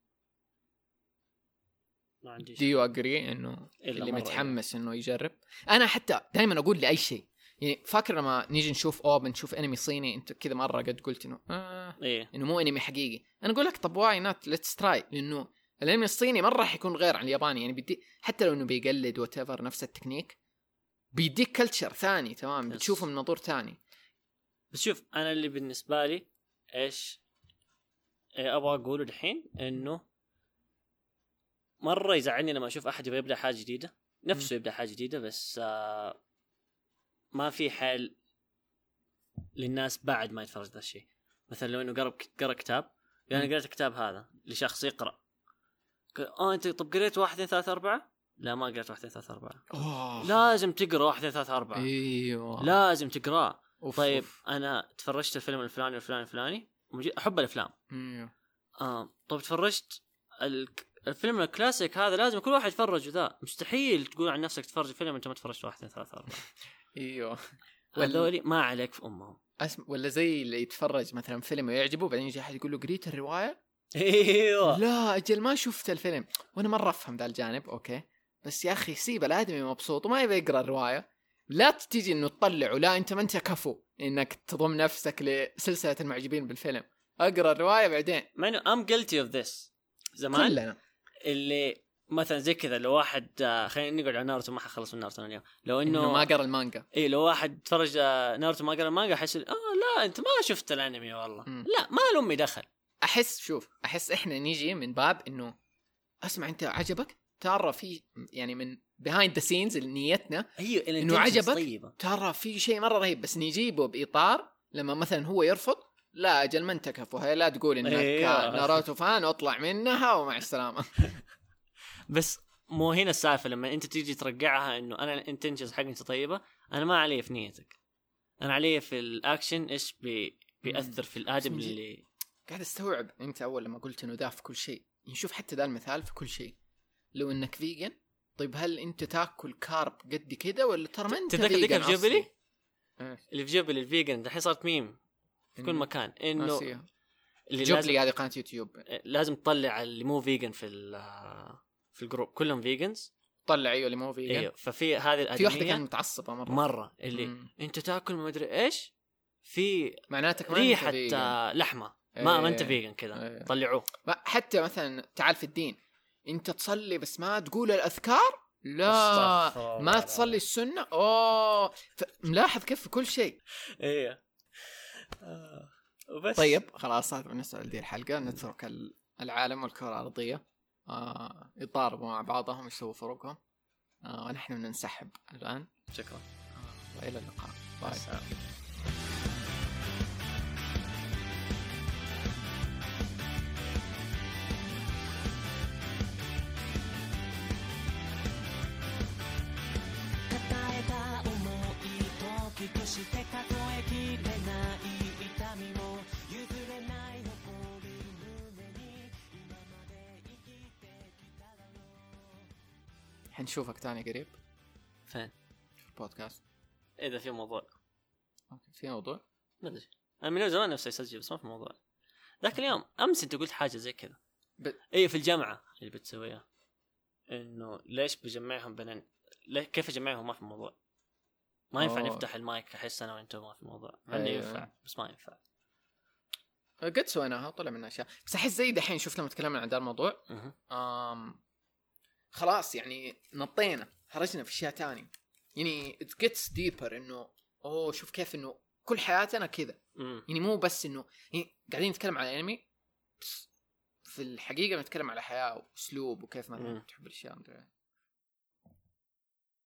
ما عندي دي يو اجري انه إلا اللي مرة متحمس انه يجرب؟ انا حتى دائما اقول لاي شيء، يعني فاكر لما نيجي نشوف او بنشوف انمي صيني انت كذا مره قد قلت انه آه إيه. انه مو انمي حقيقي. انا اقول لك طب واي نوت ليتس تراي، لانه الانمي الصيني مره حيكون غير عن الياباني. يعني بدي حتى لو انه بيقلد وات نفس التكنيك بيديك كلتشر ثاني تمام، بتشوفه من منظور ثاني. بس شوف انا اللي بالنسبه لي ايش إيه ابغى اقوله الحين، انه مره يزعلني لما اشوف احد يبغى يبدا حاجه جديده نفسه م. يبدا حاجه جديده بس آه ما في حل للناس بعد ما يتفرج ذا الشيء. مثلا لو انه قرأ قرأ كتاب، يعني انا قرأت الكتاب هذا لشخص يقرأ، اه انت طب قريت واحد اثنين ثلاثة أربعة؟ لا ما قرأت واحد اثنين ثلاثة أربعة. أوه. لازم تقرأ واحد اثنين ثلاثة أربعة. ايوه لازم تقرأ. أوف طيب أوف. انا تفرجت الفيلم الفلاني والفلاني الفلاني احب الافلام. ايوه اه طب تفرجت الفيلم الكلاسيك هذا لازم كل واحد يتفرج ذا. مستحيل تقول عن نفسك تتفرج فيلم انت ما تفرجت واحد اثنين ثلاثة أربعة. ايوه هذولي ما عليك في امهم. اسم ولا زي اللي يتفرج مثلا فيلم ويعجبه بعدين يجي احد يقول له قريت الروايه؟ ايوه لا اجل ما شفت الفيلم. وانا مره افهم ذا الجانب اوكي، بس يا اخي سيب الادمي مبسوط وما يبي يقرا الروايه. لا تيجي انه تطلعه، لا انت ما انت كفو انك تضم نفسك لسلسله المعجبين بالفيلم. اقرا الروايه بعدين. ما انه ام guilty of this زمان كلنا. اللي مثلا زي كذا لو واحد خلينا نقعد على ناروتو ما حخلص من ناروتو اليوم، لو انه, إنه ما قرا المانجا. اي لو واحد تفرج ناروتو ما قرا المانجا حيصير اه لا انت ما شفت الانمي والله. م. لا ما له امي دخل. احس شوف احس احنا نيجي من باب انه اسمع انت عجبك ترى في يعني من behind the scenes نيتنا ايوه انه عجبك طيبة. ترى في شيء مره رهيب بس نجيبه باطار لما مثلا هو يرفض لا اجل ما انت كفو هي لا تقول انك أيوة. ناروتو فان واطلع منها ومع السلامه. بس مو هنا السالفه لما انت تيجي ترجعها انه انا انت تنجز حق انت طيبه. انا ما علي في نيتك، انا علي في الاكشن ايش بي بيأثر في الادم اللي قاعد استوعب. انت اول لما قلت انه ده في كل شيء نشوف حتى ذا المثال في كل شيء. لو انك فيجن طيب هل انت تاكل كارب قد كده ولا ترى ما انت فيجن؟ تذكر في جبلي أه. اللي في جبلي الفيجن الحين صارت ميم في كل مكان انه اللي جبلي هذه قناه يوتيوب لازم تطلع اللي مو فيجن في في الجروب كلهم فيجنز طلع ايوه اللي مو فيجن. ايوه ففي هذه الادميه في واحده كانت متعصبه مره مره اللي مم. انت تاكل ما ادري ايش في معناتك ما ريحه لحمه ما ما أيه. انت فيجن كذا أيه. طلعوه. حتى مثلا تعال في الدين انت تصلي بس ما تقول الاذكار لا ما تصلي السنه اوه ملاحظ كيف في كل شيء. ايوه آه. وبس. طيب خلاص هذا بالنسبه لدي الحلقه. نترك العالم والكره الارضيه آه يضاربوا مع بعضهم يسووا فروقهم آه ونحن ننسحب الآن. شكرا آه وإلى اللقاء. باي. حنشوفك تاني قريب. فين؟ في البودكاست. إذا في موضوع. أوكي في موضوع. ما أدري. أنا من زمان نفسي أسجل بس ما في موضوع. ذاك اليوم أمس أنت قلت حاجة زي كذا. ب... إيه في الجامعة اللي بتسويها. إنه ليش بجمعهم بينن؟ ليه كيف أجمعهم ما في موضوع؟ ما ينفع أوه. نفتح المايك أحس أنا وأنتم ما في موضوع. أنا أيوه. ينفع بس ما ينفع. قد سويناها طلع منها أشياء بس أحس زي دحين شوف لما تكلمنا عن هذا الموضوع. أم خلاص يعني نطينا خرجنا في اشياء تانية يعني it gets deeper انه اوه شوف كيف انه كل حياتنا كذا يعني مو بس انه يعني قاعدين نتكلم على انمي بس في الحقيقة نتكلم على حياة واسلوب وكيف ما تحب الاشياء